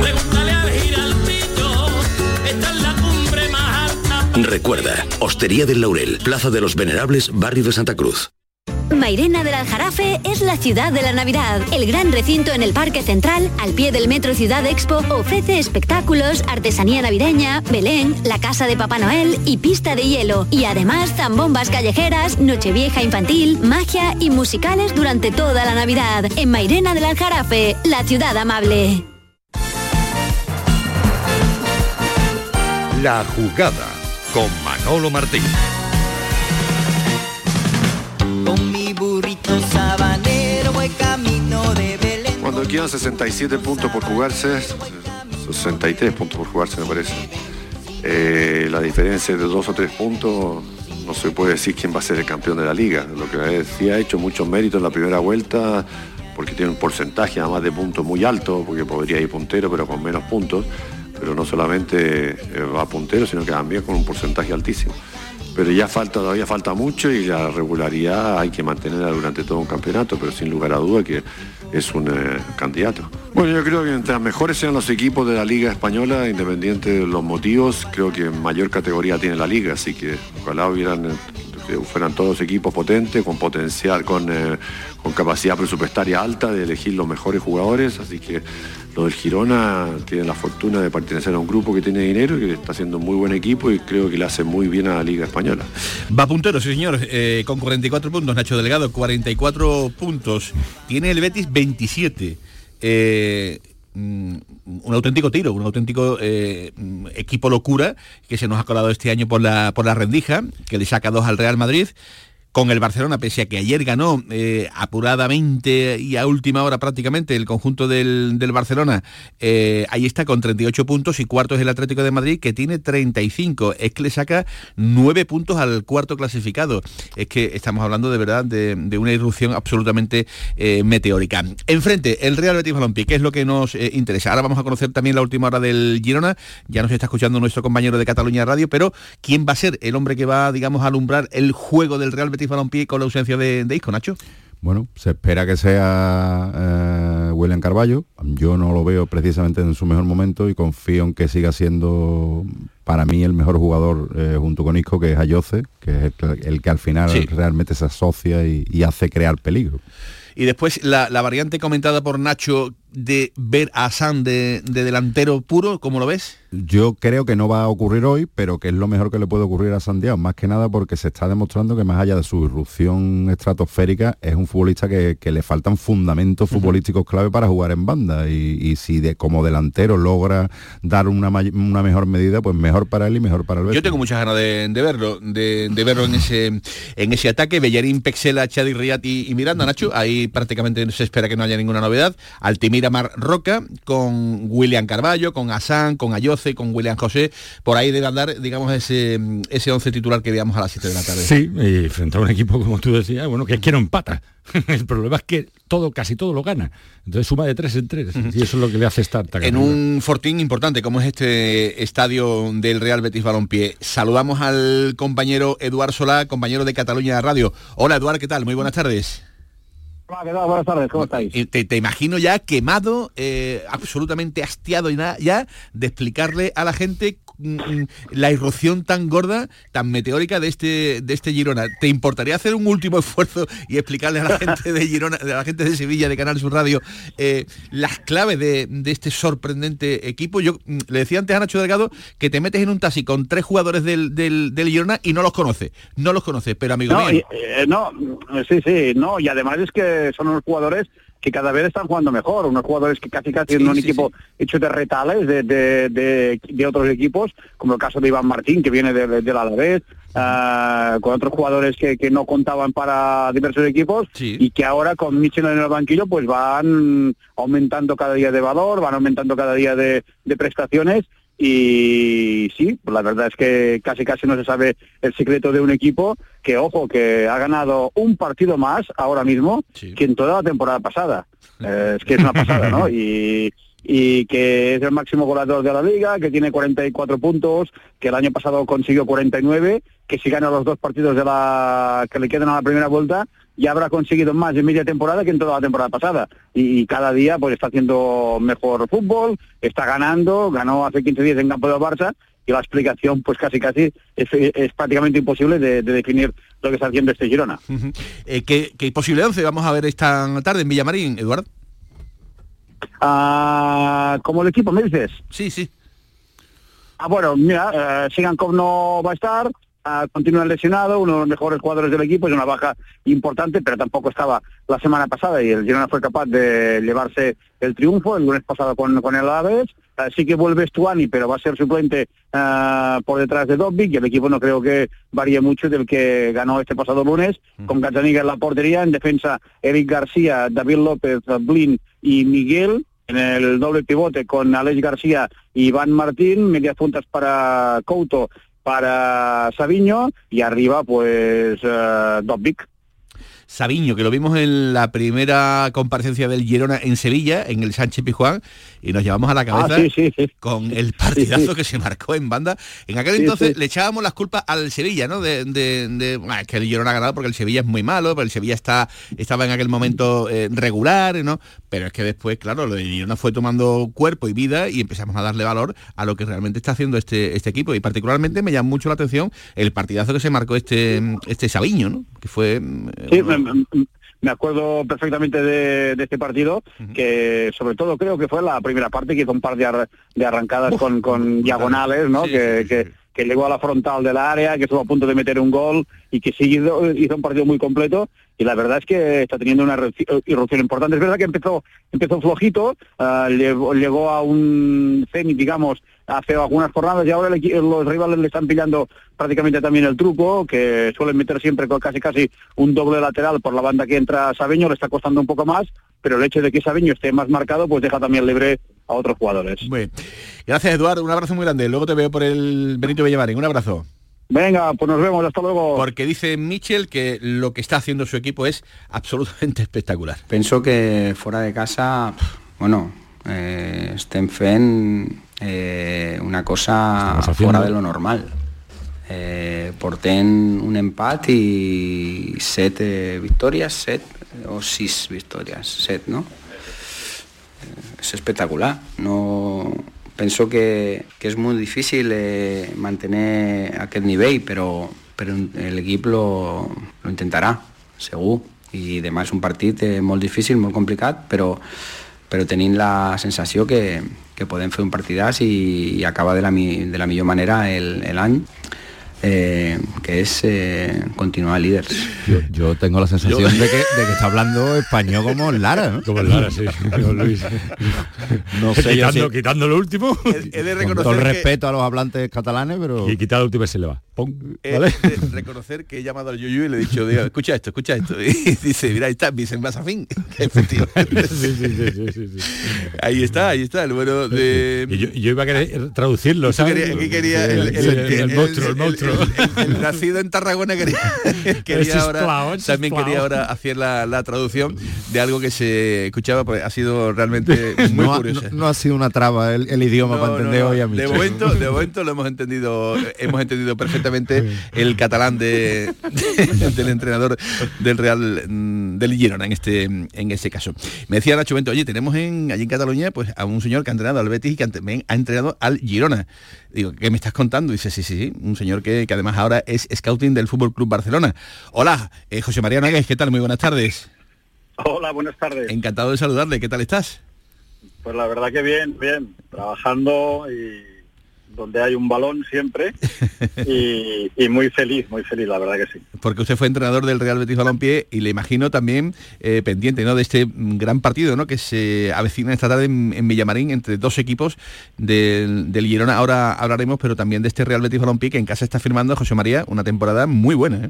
Recuerda, Hostería del Laurel, Plaza de los Venerables, Barrio de Santa Cruz. Mairena del Aljarafe es la ciudad de la Navidad. El gran recinto en el Parque Central, al pie del Metro Ciudad Expo, ofrece espectáculos, artesanía navideña, Belén, la casa de Papá Noel y pista de hielo. Y además zambombas callejeras, nochevieja infantil, magia y musicales durante toda la Navidad. En Mairena del Aljarafe, la ciudad amable. La Jugada con Manolo Martín. Con mi burrito sabanero voy camino de Belén. Cuando quedan sesenta y siete puntos por jugarse, sesenta y tres puntos por jugarse me parece, eh, la diferencia de dos o tres puntos, no se puede decir quién va a ser el campeón de la liga. Lo que sí ha hecho mucho mérito en la primera vuelta, porque tiene un porcentaje además de puntos muy alto, porque podría ir puntero pero con menos puntos. Pero no solamente va puntero, sino que también con un porcentaje altísimo. Pero ya falta, todavía falta mucho y la regularidad hay que mantenerla durante todo un campeonato, pero sin lugar a duda que es un eh, candidato. Bueno, yo creo que mientras mejores sean los equipos de la Liga Española, independiente de los motivos, creo que mayor categoría tiene la Liga, así que ojalá hubieran... que fueran todos equipos potentes, con potencial, con, eh, con capacidad presupuestaria alta de elegir los mejores jugadores, así que Los del Girona tienen la fortuna de pertenecer a un grupo que tiene dinero y que está haciendo muy buen equipo y creo que le hace muy bien a la Liga Española. Va puntero, sí señor, eh, con cuarenta y cuatro puntos, Nacho Delgado, cuarenta y cuatro puntos. Tiene el Betis veintisiete. Eh, un auténtico tiro, un auténtico eh, equipo locura que se nos ha colado este año por la, por la rendija, que le saca dos al Real Madrid. Con el Barcelona, pese a que ayer ganó eh, apuradamente y a última hora prácticamente el conjunto del, del Barcelona, eh, ahí está con treinta y ocho puntos y cuarto es el Atlético de Madrid que tiene treinta y cinco. Es que le saca nueve puntos al cuarto clasificado. Es que estamos hablando de verdad de, de una irrupción absolutamente eh, meteórica. Enfrente, el Real Betis Balompié, que es lo que nos eh, interesa. Ahora vamos a conocer también la última hora del Girona. Ya nos está escuchando nuestro compañero de Cataluña Radio, pero ¿quién va a ser el hombre que va, digamos, a alumbrar el juego del Real Betis Balompié con la ausencia de, de Isco, Nacho? Bueno, se espera que sea eh, William Carballo. Yo no lo veo precisamente en su mejor momento y confío en que siga siendo para mí el mejor jugador eh, junto con Isco, que es Ayoce, que es el, el que al final sí. realmente se asocia y, y hace crear peligro. Y después la, la variante comentada por Nacho de ver a San de, de delantero puro, ¿cómo lo ves? Yo creo que no va a ocurrir hoy, pero que es lo mejor que le puede ocurrir a Santiago, más que nada porque se está demostrando que más allá de su irrupción estratosférica, es un futbolista que, que le faltan fundamentos uh-huh. futbolísticos clave para jugar en banda, y, y si de, como delantero logra dar una, una mejor medida, pues mejor para él y mejor para el Betis. Yo tengo muchas ganas de, de verlo, de, de verlo en ese en ese ataque. Bellerín, Pexela, Chadi, Riat y, y Miranda, Nacho, ahí prácticamente se espera que no haya ninguna novedad. Altimira, Mar Roca, con William Carballo, con Hassan, con Ayoce, con William José, por ahí debe andar, digamos, ese ese once titular que veamos a las siete de la tarde. Sí, y frente a un equipo, como tú decías, bueno, que quiero empata. El problema es que todo, casi todo lo gana. Entonces suma de tres en tres, uh-huh. y eso es lo que le hace estar tan en arriba. Un fortín importante como es este estadio del Real Betis Balompié. Saludamos al compañero Eduard Solá, compañero de Cataluña Radio. Hola Eduard, ¿qué tal? Muy buenas tardes. Hola, ¿qué tal? Buenas tardes, ¿cómo estáis? Te, te imagino ya quemado, eh, absolutamente hastiado y nada ya de explicarle a la gente mm, la irrupción tan gorda, tan meteórica de este de este Girona. ¿Te importaría hacer un último esfuerzo y explicarle a la gente de Girona, a la gente de Sevilla, de Canal Sur Radio, eh, las claves de, de este sorprendente equipo? Yo mm, le decía antes a Nacho Delgado que te metes en un taxi con tres jugadores del, del, del Girona y no los conoces, no los conoces, pero amigo no, mío. Y, eh, no, sí, sí, no, y además es que son unos jugadores que cada vez están jugando mejor, unos jugadores que casi casi sí, en un sí, equipo sí. hecho de retales de, de, de, de otros equipos, como el caso de Iván Martín, que viene del de, de Alavés, uh, con otros jugadores que, que no contaban para diversos equipos, sí. y que ahora con Michel en el banquillo pues van aumentando cada día de valor, van aumentando cada día de, de prestaciones. Y sí, la verdad es que casi casi no se sabe el secreto de un equipo que, ojo, que ha ganado un partido más ahora mismo sí. que en toda la temporada pasada. Eh, es que es una pasada, ¿no? Y, y que es el máximo goleador de la Liga, que tiene cuarenta y cuatro puntos, que el año pasado consiguió cuarenta y nueve, que si gana los dos partidos de la que le quedan a la primera vuelta, ya habrá conseguido más en media temporada que en toda la temporada pasada. Y, y cada día pues está haciendo mejor fútbol, está ganando, ganó hace quince días en campo del Barça, y la explicación pues casi casi es, es prácticamente imposible de, de definir lo que está haciendo este Girona. Uh-huh. eh, ¿qué, ¿Qué posible once vamos a ver esta tarde en Villamarín, Eduardo? Uh, ¿Como el equipo me dices? Sí, sí. Ah, bueno, mira, uh, Sigankov no va a estar, uh, continúa lesionado, uno de los mejores jugadores del equipo, es una baja importante, pero tampoco estaba la semana pasada y el Girona fue capaz de llevarse el triunfo el lunes pasado con, con el Alavés. Uh, sí que vuelve Stuani, pero va a ser suplente uh, por detrás de Dobbik, y el equipo no creo que varíe mucho del que ganó este pasado lunes, mm. con Gazzaniga en la portería, en defensa Eric García, David López, Blin y Miguel, en el doble pivote con Aleix García y Iván Martín, medias puntas para Couto, para Savinho, y arriba pues uh, Dobbik. Savinho, que lo vimos en la primera comparecencia del Girona en Sevilla, en el Sánchez Pizjuán, y nos llevamos a la cabeza ah, sí, sí, sí. con el partidazo sí, sí. que se marcó en banda. En aquel sí, entonces sí. le echábamos las culpas al Sevilla, ¿no? De, de, de bueno, es que el Girona ha ganado porque el Sevilla es muy malo, pero el Sevilla está estaba en aquel momento eh, regular, ¿no? Pero es que después, claro, lo de Girona fue tomando cuerpo y vida y empezamos a darle valor a lo que realmente está haciendo este este equipo. Y particularmente me llama mucho la atención el partidazo que se marcó este este Savinho, ¿no? Que fue... Sí, eh, me, me acuerdo perfectamente de, de este partido, uh-huh. que sobre todo creo que fue la primera parte, que hizo un par de, ar- de arrancadas uh, con, con diagonales, ¿no? Sí, que, sí, que, sí. que llegó a la frontal del área, que estuvo a punto de meter un gol y que sí hizo, hizo un partido muy completo. Y la verdad es que está teniendo una irrupción importante. Es verdad que empezó empezó flojito, uh, llegó, llegó a un cenit, digamos, hace algunas jornadas, y ahora le, los rivales le están pillando prácticamente también el truco, que suelen meter siempre con casi casi un doble lateral por la banda que entra Sabeño, le está costando un poco más, pero el hecho de que Sabeño esté más marcado, pues deja también libre a otros jugadores. Muy bien. Gracias, Eduardo, un abrazo muy grande. Luego te veo por el Benito Villamarín. Un abrazo. Venga, pues nos vemos, hasta luego. Porque dice Michel que lo que está haciendo su equipo es absolutamente espectacular. Pienso que fuera de casa, bueno, eh, estem fent eh, una cosa fuera de lo normal. Eh, portem un empat i set eh, victòries, set o sis victòries, set, no? Eh, és espectacular. No... Penso que, que és molt difícil eh, mantenir aquest nivell, però, però l'equip lo, lo intentarà, segur. I demà és un partit eh, molt difícil, molt complicat, però, però tenim la sensació que, que podem fer un partidàs i, i acabar de la, de la millor manera l'any. Eh, que es eh, continuar líderes. Yo, yo tengo la sensación yo... de, que, de que está hablando español como el Lara, ¿no? Como el Lara, sí. Luis. No sé, quitando, yo sí. quitando lo último. He, he de reconocer con todo el que... respeto a los hablantes catalanes, pero... Y quitar la última se le va. He ¿vale? de reconocer que he llamado al Yuyu y le he dicho, digo, escucha esto, escucha esto. Y dice, mira, ahí está, Vicente Mazafín. Efectivamente. Sí, sí, sí, sí, sí, sí. Ahí está, ahí está, el bueno de... Y yo, yo iba a querer traducirlo, ¿sabes? Quería, que quería el, el, el, el, el, el monstruo, el monstruo. El, el, el, el nacido en Tarragona quería, quería ahora, clau, también clau. quería ahora hacer la, la traducción de algo que se escuchaba, pues ha sido realmente muy no curioso. Ha, no, no ha sido una traba el, el idioma no, para entender no, no. hoy a mí. De momento, de momento lo hemos entendido, hemos entendido perfectamente el catalán de, de, del entrenador del Real del Girona en este en este caso. Me decía Nacho Bento, oye, tenemos en allí en Cataluña pues a un señor que ha entrenado al Betis y que también ha entrenado al Girona. Digo, ¿qué me estás contando? Dice, sí, sí, sí, un señor que, que además ahora es scouting del Fútbol Club Barcelona. Hola, eh, José María Nagues, ¿qué tal? Muy buenas tardes. Hola, buenas tardes. Encantado de saludarle, ¿qué tal estás? Pues la verdad que bien, bien, trabajando y donde hay un balón siempre y, y muy feliz, muy feliz, la verdad que sí. Porque usted fue entrenador del Real Betis Balompié y le imagino también eh, pendiente, ¿no?, de este gran partido, ¿no?, que se avecina esta tarde en, en Villamarín entre dos equipos del, del Girona. Ahora hablaremos, pero también de este Real Betis Balompié que en casa está firmando, José María, una temporada muy buena, ¿eh?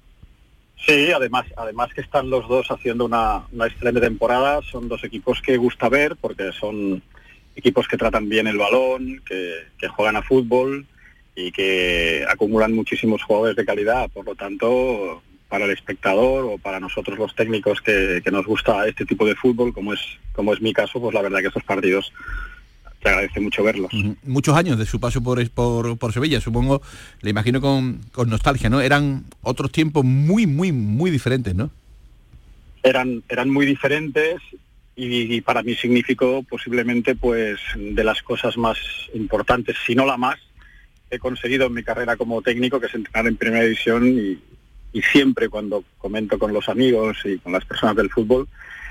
Sí, además además que están los dos haciendo una, una excelente temporada. Son dos equipos que gusta ver porque son equipos que tratan bien el balón, que, que juegan a fútbol y que acumulan muchísimos jugadores de calidad. Por lo tanto, para el espectador o para nosotros los técnicos que, que nos gusta este tipo de fútbol, como es como es mi caso, pues la verdad que estos partidos te agradece mucho verlos. Uh-huh. Muchos años de su paso por, por, por Sevilla, supongo, le imagino con, con nostalgia, ¿no? Eran otros tiempos muy, muy, muy diferentes, ¿no? Eran, eran muy diferentes y, y para mí significó posiblemente pues de las cosas más importantes, si no la más, he conseguido en mi carrera como técnico, que es entrenar en primera división y, y siempre cuando comento con los amigos y con las personas del fútbol,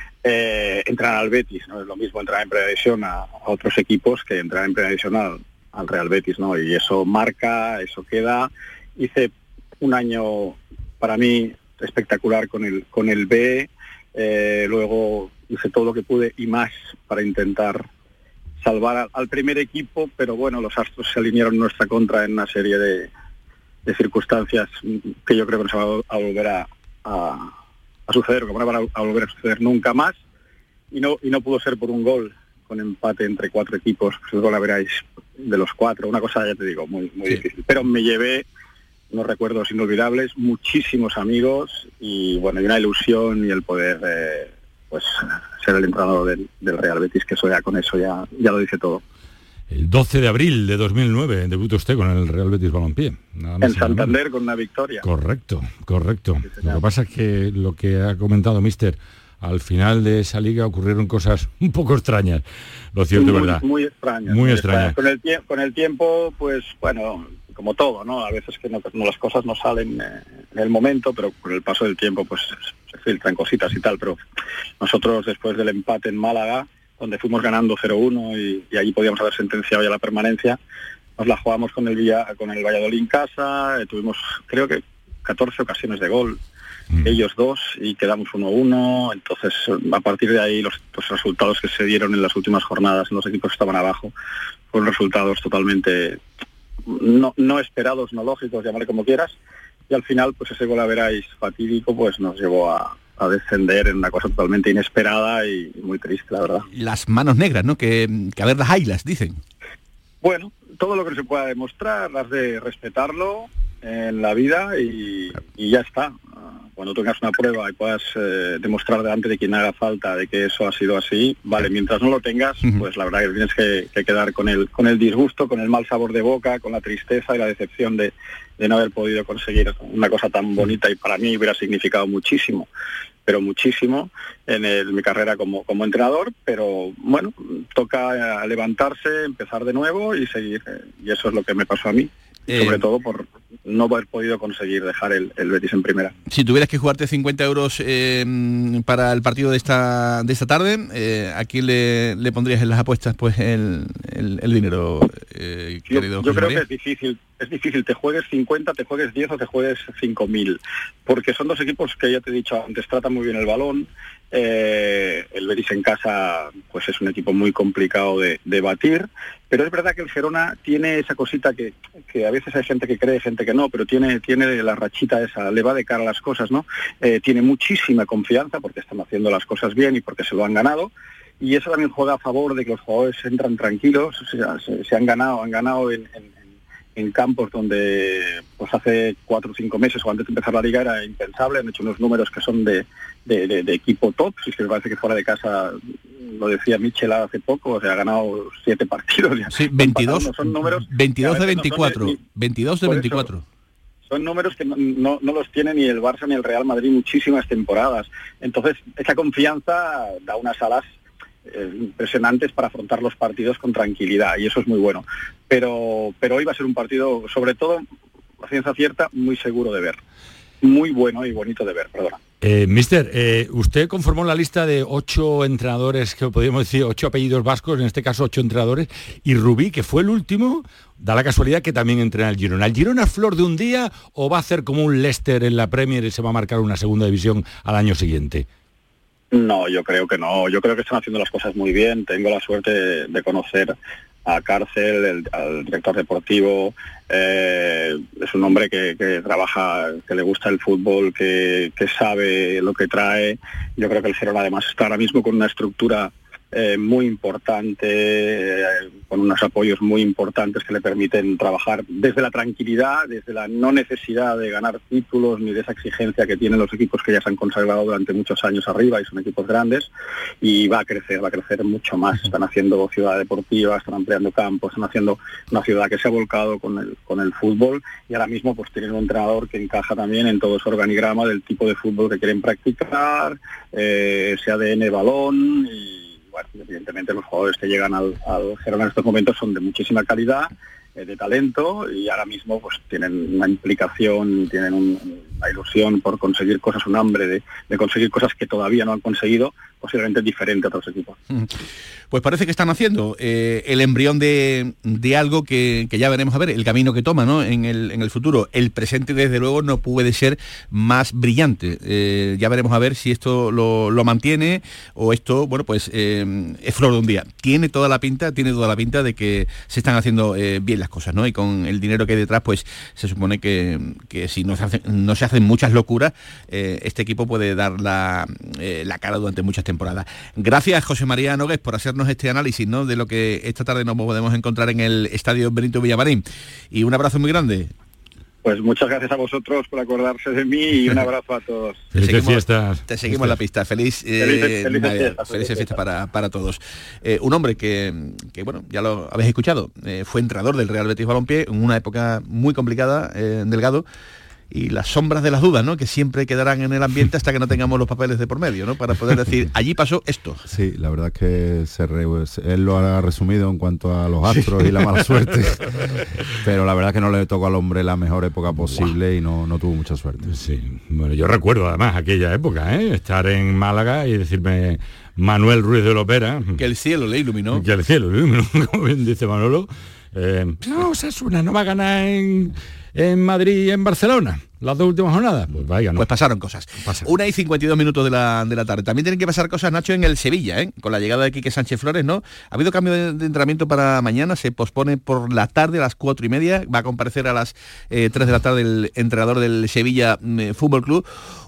eh, entrar al Betis, no es lo mismo entrar en primera división a, a otros equipos que entrar en primera división al, al Real Betis, ¿no? Y eso marca, eso queda. Hice un año para mí espectacular con el con el B, eh, luego hice todo lo que pude y más para intentar salvar al, al primer equipo, pero bueno, los astros se alinearon en nuestra contra en una serie de, de circunstancias que yo creo que no se va a, a volver a, a, a suceder, que no van a, a volver a suceder nunca más, y no y no pudo ser por un gol, con empate entre cuatro equipos, pues la veráis, de los cuatro, una cosa, ya te digo, muy, muy sí. difícil. Pero me llevé unos recuerdos inolvidables, muchísimos amigos, y bueno, y una ilusión y el poder... Eh, pues ser el entrenador del, del Real Betis, que eso ya con eso ya, ya lo dice todo. El doce de abril de dos mil nueve debutó usted con el Real Betis Balompié. Nada más en Santander nada. Con una victoria. Correcto, correcto. Sí, lo que pasa es que lo que ha comentado Mister, al final de esa liga ocurrieron cosas un poco extrañas, lo cierto es verdad. Muy extrañas. Muy extrañas. Con el, tie- con el tiempo, pues bueno, como todo, ¿no? A veces que no, no las cosas no salen eh, en el momento, pero con el paso del tiempo, pues se filtran cositas y tal, pero nosotros después del empate en Málaga, donde fuimos ganando cero uno y, y allí podíamos haber sentenciado ya la permanencia, nos la jugamos con el Villa, con el Valladolid en casa, eh, tuvimos creo que catorce ocasiones de gol, mm. ellos dos, y quedamos uno uno, entonces a partir de ahí los, los resultados que se dieron en las últimas jornadas en los equipos que estaban abajo fueron resultados totalmente no, no esperados, no lógicos, llámale como quieras, y al final pues ese gol a veráis fatídico pues nos llevó a, a descender en una cosa totalmente inesperada y muy triste, la verdad. Las manos negras, ¿no? Que, que a ver las haylas, dicen. Bueno, todo lo que se pueda demostrar, has de respetarlo en la vida y, y ya está. Cuando tengas una prueba y puedas eh, demostrar delante de quien haga falta de que eso ha sido así, vale, mientras no lo tengas, uh-huh. pues la verdad que tienes que, que quedar con el, con el disgusto, con el mal sabor de boca, con la tristeza y la decepción de, de no haber podido conseguir una cosa tan bonita y para mí hubiera significado muchísimo, pero muchísimo en el, mi carrera como, como entrenador, pero bueno, toca levantarse, empezar de nuevo y seguir, y eso es lo que me pasó a mí. Eh, sobre todo por no haber podido conseguir dejar el, el Betis en primera. Si tuvieras que jugarte cincuenta euros eh, para el partido de esta de esta tarde, eh, ¿a quién le, le pondrías en las apuestas pues el, el, el dinero, eh, yo, querido yo José creo María? que es difícil, es difícil, te juegues cincuenta, te juegues diez o te juegues cinco mil, porque son dos equipos que ya te he dicho antes, tratan muy bien el balón. Eh, el Betis en casa pues es un equipo muy complicado de, de batir, pero es verdad que el Girona tiene esa cosita que, que a veces hay gente que cree, gente que no, pero tiene, tiene la rachita esa, le va de cara a las cosas, ¿no? Eh, tiene muchísima confianza porque están haciendo las cosas bien y porque se lo han ganado, y eso también juega a favor de que los jugadores entran tranquilos, o sea, se, se han ganado, han ganado en, en en campos donde pues hace cuatro o cinco meses o antes de empezar la liga era impensable, han hecho unos números que son de, de, de, de equipo top, si es que me parece que fuera de casa, lo decía Michel hace poco, o sea, ha ganado siete partidos. Ya. Sí, veintidós, son números veintidós de veinticuatro, no ni, veintidós de veinticuatro. Eso, son números que no, no, no los tiene ni el Barça ni el Real Madrid muchísimas temporadas, entonces esa confianza da unas alas Eh, impresionantes para afrontar los partidos con tranquilidad y eso es muy bueno, pero pero hoy va a ser un partido, sobre todo a ciencia cierta, muy seguro de ver, muy bueno y bonito de ver, perdona. Eh, mister, eh, usted conformó la lista de ocho entrenadores, que podríamos decir ocho apellidos vascos, en este caso ocho entrenadores, y Rubí, que fue el último, da la casualidad que también entrena el Girona. ¿El Girona es flor de un día o va a hacer como un Leicester en la Premier y se va a marcar una segunda división al año siguiente? No, yo creo que no. Yo creo que están haciendo las cosas muy bien. Tengo la suerte de, de conocer a Cárcel, el, al director deportivo. Eh, es un hombre que, que trabaja, que le gusta el fútbol, que, que sabe lo que trae. Yo creo que el Girona además está ahora mismo con una estructura eh, muy importante, eh, con unos apoyos muy importantes que le permiten trabajar desde la tranquilidad, desde la no necesidad de ganar títulos ni de esa exigencia que tienen los equipos que ya se han consagrado durante muchos años arriba y son equipos grandes, y va a crecer, va a crecer mucho más. Están haciendo ciudad deportiva, están ampliando campos, están haciendo una ciudad que se ha volcado con el, con el fútbol, y ahora mismo pues tienen un entrenador que encaja también en todo ese organigrama del tipo de fútbol que quieren practicar, eh, ese A D N balón, y bueno, evidentemente los jugadores que llegan al, al Girona en estos momentos son de muchísima calidad, eh, de talento, y ahora mismo pues tienen una implicación, tienen un, una ilusión por conseguir cosas, un hambre de, de conseguir cosas que todavía no han conseguido, posiblemente diferente a otros equipos. Pues parece que están haciendo eh, el embrión de, de algo que, que ya veremos a ver, el camino que toma, ¿no? en, el, en el futuro. El presente, desde luego, no puede ser más brillante. Eh, ya veremos a ver si esto lo, lo mantiene o esto, bueno, pues eh, es flor de un día. Tiene toda la pinta, tiene toda la pinta de que se están haciendo eh, bien las cosas, ¿no? Y con el dinero que hay detrás, pues se supone que, que si no se, hace, no se hacen muchas locuras, eh, este equipo puede dar la, eh, la cara durante muchas temporada. Gracias, José María Nogués, por hacernos este análisis, ¿no?, de lo que esta tarde nos podemos encontrar en el Estadio Benito Villamarín. Y un abrazo muy grande. Pues muchas gracias a vosotros por acordarse de mí y un abrazo a todos. Felices fiestas. Te seguimos en la pista. Feliz, eh, felices, felices Navidad, fiestas, felices fiestas para, para todos. Eh, un hombre que, que, bueno, ya lo habéis escuchado, eh, fue entrenador del Real Betis Balompié en una época muy complicada, eh, Delgado, y las sombras de las dudas, ¿no? Que siempre quedarán en el ambiente hasta que no tengamos los papeles de por medio, ¿no? Para poder decir, allí pasó esto. Sí, la verdad es que se re, él lo ha resumido en cuanto a los astros y la mala suerte, pero la verdad es que no le tocó al hombre la mejor época posible y no, no tuvo mucha suerte. Sí, bueno, yo recuerdo además aquella época, ¿eh? Estar en Málaga y decirme Manuel Ruiz de Lopera, que el cielo le iluminó. Que el cielo le iluminó, como bien dice Manolo. Eh, no, Osasuna no va a ganar en, en Madrid y en Barcelona las dos últimas jornadas. Pues vaya, no. Pues pasaron cosas. Pasa. Una y cincuenta y dos minutos de la, de la tarde. También tienen que pasar cosas, Nacho, en el Sevilla, ¿eh? Con la llegada de Quique Sánchez Flores, ¿no? Ha habido cambio de, de entrenamiento para mañana, se pospone por la tarde a las cuatro y media. Va a comparecer a las eh, tres de la tarde el entrenador del Sevilla eh, Fútbol Club.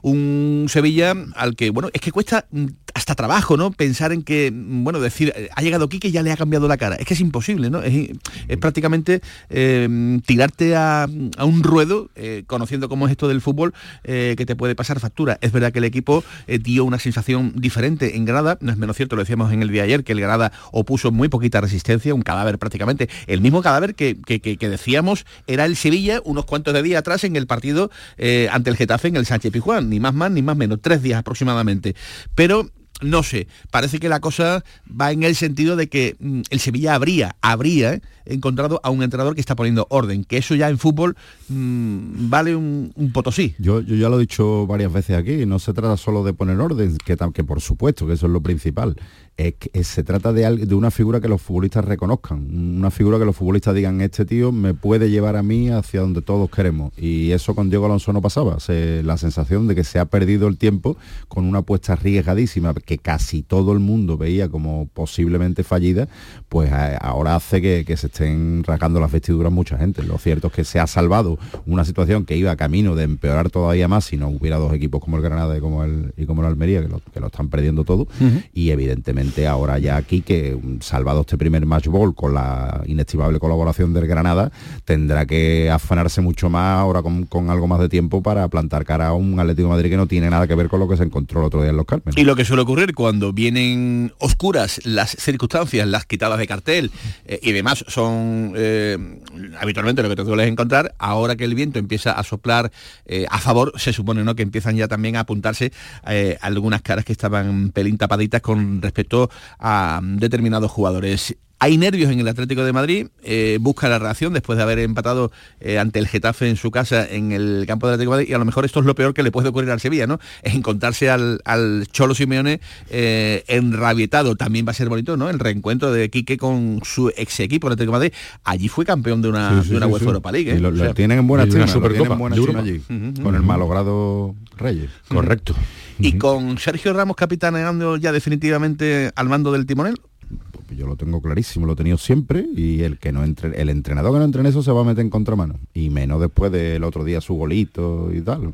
Un Sevilla al que, bueno, es que cuesta hasta trabajo, ¿no? Pensar en que, bueno, decir, ha llegado Quique y ya le ha cambiado la cara. Es que es imposible, ¿no? Es, es prácticamente eh, tirarte a, a un ruedo, eh, conociendo cómo es esto del fútbol, eh, que te puede pasar factura. Es verdad que el equipo eh, dio una sensación diferente en Granada, no es menos cierto, lo decíamos en el día de ayer, que el Granada opuso muy poquita resistencia, un cadáver prácticamente, el mismo cadáver que, que, que, que decíamos era el Sevilla unos cuantos de días atrás en el partido eh, ante el Getafe en el Sánchez Pizjuán, ni más más ni más menos, tres días aproximadamente. Pero no sé, parece que la cosa va en el sentido de que mm, el Sevilla habría, habría ¿eh? encontrado a un entrenador que está poniendo orden, que eso ya en fútbol mmm, vale un, un potosí. Yo, yo ya lo he dicho varias veces aquí, no se trata solo de poner orden, que, que por supuesto que eso es lo principal, es que es, se trata de, de una figura que los futbolistas reconozcan, una figura que los futbolistas digan, este tío me puede llevar a mí hacia donde todos queremos, y eso con Diego Alonso no pasaba, se, la sensación de que se ha perdido el tiempo con una apuesta arriesgadísima que casi todo el mundo veía como posiblemente fallida, pues a, ahora hace que, que se estén rasgando las vestiduras mucha gente. Lo cierto es que se ha salvado una situación que iba camino de empeorar todavía más si no hubiera dos equipos como el Granada y como el, y como el Almería, que lo, que lo están perdiendo todo, uh-huh. Y evidentemente ahora ya aquí, que salvado este primer match ball con la inestimable colaboración del Granada, tendrá que afanarse mucho más ahora con, con algo más de tiempo para plantar cara a un Atlético de Madrid que no tiene nada que ver con lo que se encontró el otro día en Los Cármenes. Y lo que suele ocurrir cuando vienen oscuras las circunstancias, las quitadas de cartel eh, y demás son eh, habitualmente lo que te sueles encontrar, ahora que el viento empieza a soplar eh, a favor, se supone, ¿no?, que empiezan ya también a apuntarse eh, algunas caras que estaban pelín tapaditas con respecto a determinados jugadores. Hay nervios en el Atlético de Madrid, eh, busca la reacción después de haber empatado eh, ante el Getafe en su casa en el campo del Atlético de Madrid, y a lo mejor esto es lo peor que le puede ocurrir al Sevilla, ¿no? Es encontrarse al, al Cholo Simeone eh, enrabietado. También va a ser bonito, ¿no?, el reencuentro de Quique con su ex equipo, el Atlético de Madrid. Allí fue campeón de una, sí, sí, de una sí, UEFA sí. Europa League, ¿eh? Y lo, lo o sea, tienen en buena estima, Supercopa, lo tienen en buena estima allí, uh-huh, con uh-huh. el malogrado Reyes. Correcto. Y con Sergio Ramos capitaneando ya definitivamente al mando del timonel. Yo lo tengo clarísimo, lo he tenido siempre, y el que no entre, el entrenador que no entre en eso se va a meter en contramano, y menos después del otro día su golito y tal.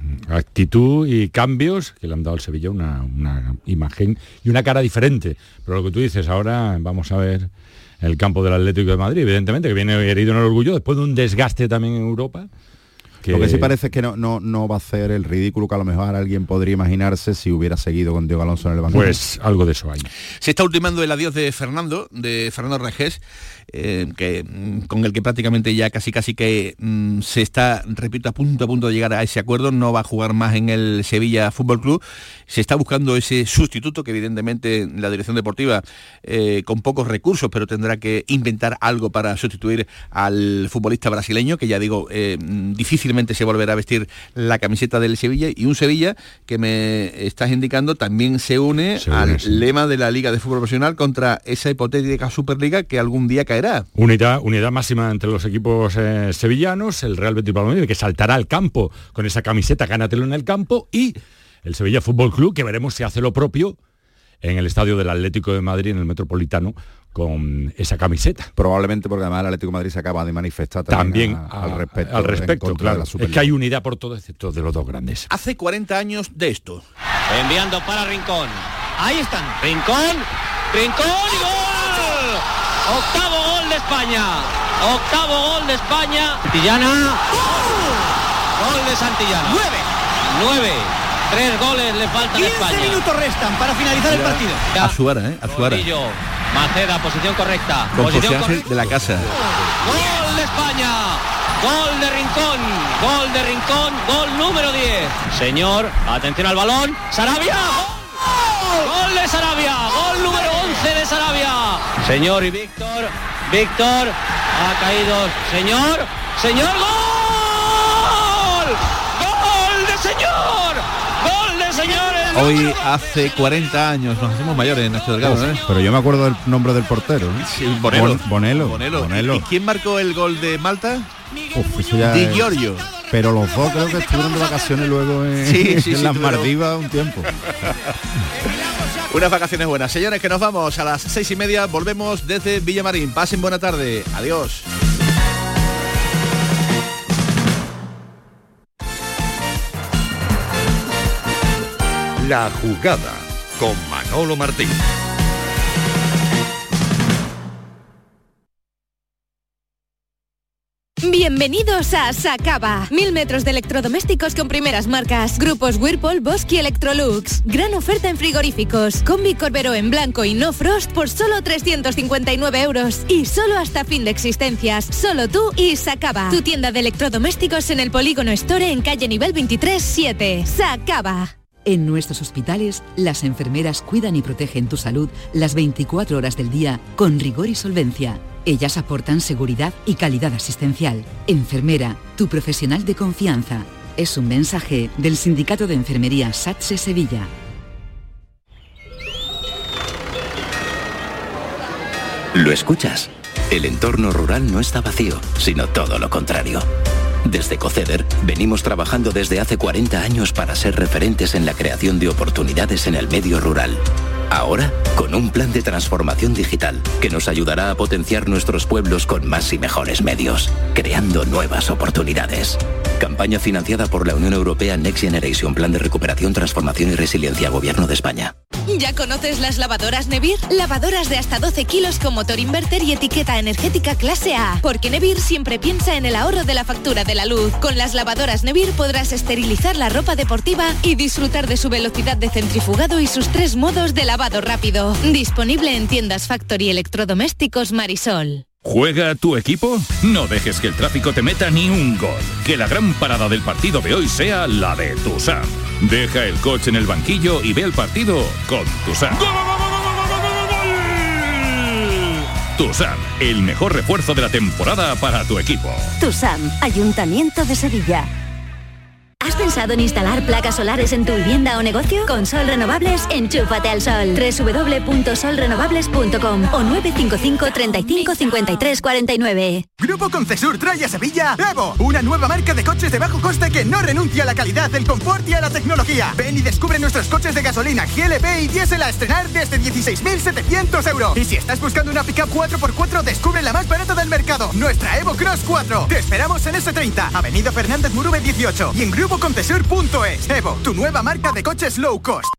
Actitud y cambios que le han dado al Sevilla una, una imagen y una cara diferente. Pero lo que tú dices, ahora vamos a ver el campo del Atlético de Madrid, evidentemente, que viene herido en el orgullo después de un desgaste también en Europa. Que... Lo que sí parece es que no, no, no va a hacer el ridículo que a lo mejor alguien podría imaginarse si hubiera seguido con Diego Alonso en el banco. Pues algo de eso hay. Se está ultimando el adiós de Fernando, de Fernando Regés, eh, que, con el que prácticamente ya casi casi que mm, se está, repito, a punto a punto de llegar a ese acuerdo. No va a jugar más en el Sevilla Fútbol Club. Se está buscando ese sustituto que evidentemente la dirección deportiva, eh, con pocos recursos, pero tendrá que inventar algo para sustituir al futbolista brasileño, que ya digo, eh, difícilmente se volverá a vestir la camiseta del Sevilla, y un Sevilla que me estás indicando también se une, se une al sí. lema de la Liga de Fútbol Profesional contra esa hipotética Superliga que algún día caerá. Unidad, unidad máxima entre los equipos eh, sevillanos, el Real Betis Balompié, que saltará al campo con esa camiseta, gánatelo en el campo, y el Sevilla Fútbol Club, que veremos si hace lo propio en el estadio del Atlético de Madrid, en el Metropolitano, con esa camiseta. Probablemente porque además el Atlético de Madrid se acaba de manifestar también, también a, a, al respecto. Al respecto, claro. Es que hay unidad por todo, excepto de los dos grandes. Hace cuarenta años de esto. Enviando para Rincón. Ahí están. Rincón. Rincón y gol. Octavo gol de España. Octavo gol de España. Santillana. Gol de Santillana. Nueve. Nueve. Tres goles le faltan a España. quince minutos restan para finalizar el partido. Azuara, ¿eh? Azuara. Maceda, posición correcta. Con posición José Ángel de la Casa. Gol de España. Gol de Rincón. Gol de Rincón. Gol número diez. Señor, atención al balón. Sarabia. ¡Gol! Gol de Sarabia. Gol número once de Sarabia. Señor y Víctor. Víctor. Ha caído. Señor. Señor. ¡Gol! ¡Gol de señor! ¡Gol de señor! Hoy hace cuarenta años, nos hacemos mayores, Nacho Delgado, ¿eh? Pero yo me acuerdo del nombre del portero, ¿eh? Sí, Bonello. Bon- Bonello. Bonello. Bonello. ¿Y quién marcó el gol de Malta? Uf, eso ya Di es- Giorgio. Pero los dos creo que estuvieron de vacaciones luego en, Sí, sí, en sí, las tuvieron- Maldivas un tiempo. Unas vacaciones buenas. Señores, que nos vamos a las seis y media. Volvemos desde Villamarín. Pasen buena tarde. Adiós. La jugada con Manolo Martín. Bienvenidos a Sacaba. Mil metros de electrodomésticos con primeras marcas. Grupos Whirlpool, Bosch y Electrolux. Gran oferta en frigoríficos. Combi Corberó en blanco y no frost por solo trescientos cincuenta y nueve euros. Y solo hasta fin de existencias. Solo tú y Sacaba. Tu tienda de electrodomésticos en el Polígono Store en calle nivel veintitrés siete. Sacaba. En nuestros hospitales, las enfermeras cuidan y protegen tu salud las veinticuatro horas del día con rigor y solvencia. Ellas aportan seguridad y calidad asistencial. Enfermera, tu profesional de confianza. Es un mensaje del Sindicato de Enfermería SATSE Sevilla. ¿Lo escuchas? El entorno rural no está vacío, sino todo lo contrario. Desde Coceder venimos trabajando desde hace cuarenta años para ser referentes en la creación de oportunidades en el medio rural. Ahora, con un plan de transformación digital que nos ayudará a potenciar nuestros pueblos con más y mejores medios, creando nuevas oportunidades. Campaña financiada por la Unión Europea Next Generation, Plan de Recuperación, Transformación y Resiliencia, Gobierno de España. ¿Ya conoces las lavadoras Nevir? Lavadoras de hasta doce kilos con motor inverter y etiqueta energética clase A. Porque Nevir siempre piensa en el ahorro de la factura de la luz. Con las lavadoras Nevir podrás esterilizar la ropa deportiva y disfrutar de su velocidad de centrifugado y sus tres modos de lavado rápido. Disponible en tiendas Factory Electrodomésticos Marisol. ¿Juega tu equipo? No dejes que el tráfico te meta ni un gol. Que la gran parada del partido de hoy sea la de Tusam. Deja el coche en el banquillo y ve el partido con Tusam. Tusam, el mejor refuerzo de la temporada para tu equipo. Tusam, Ayuntamiento de Sevilla. ¿Has pensado en instalar placas solares en tu vivienda o negocio? Con Sol Renovables, enchúfate al sol. doble u doble u doble u punto sol renovables punto com o nueve cinco cinco, treinta y cinco, cincuenta y tres, cuarenta y nueve. Grupo Concesur trae a Sevilla Evo, una nueva marca de coches de bajo coste que no renuncia a la calidad, el confort y a la tecnología. Ven y descubre nuestros coches de gasolina, G L P y diésel a estrenar desde dieciséis mil setecientos euros. Y si estás buscando una pick-up cuatro por cuatro, descubre la más barata del mercado, nuestra Evo Cross cuatro. Te esperamos en ese treinta, Avenida Fernández Murube dieciocho y en grupo concesur punto es. Evo, tu nueva marca de coches low cost.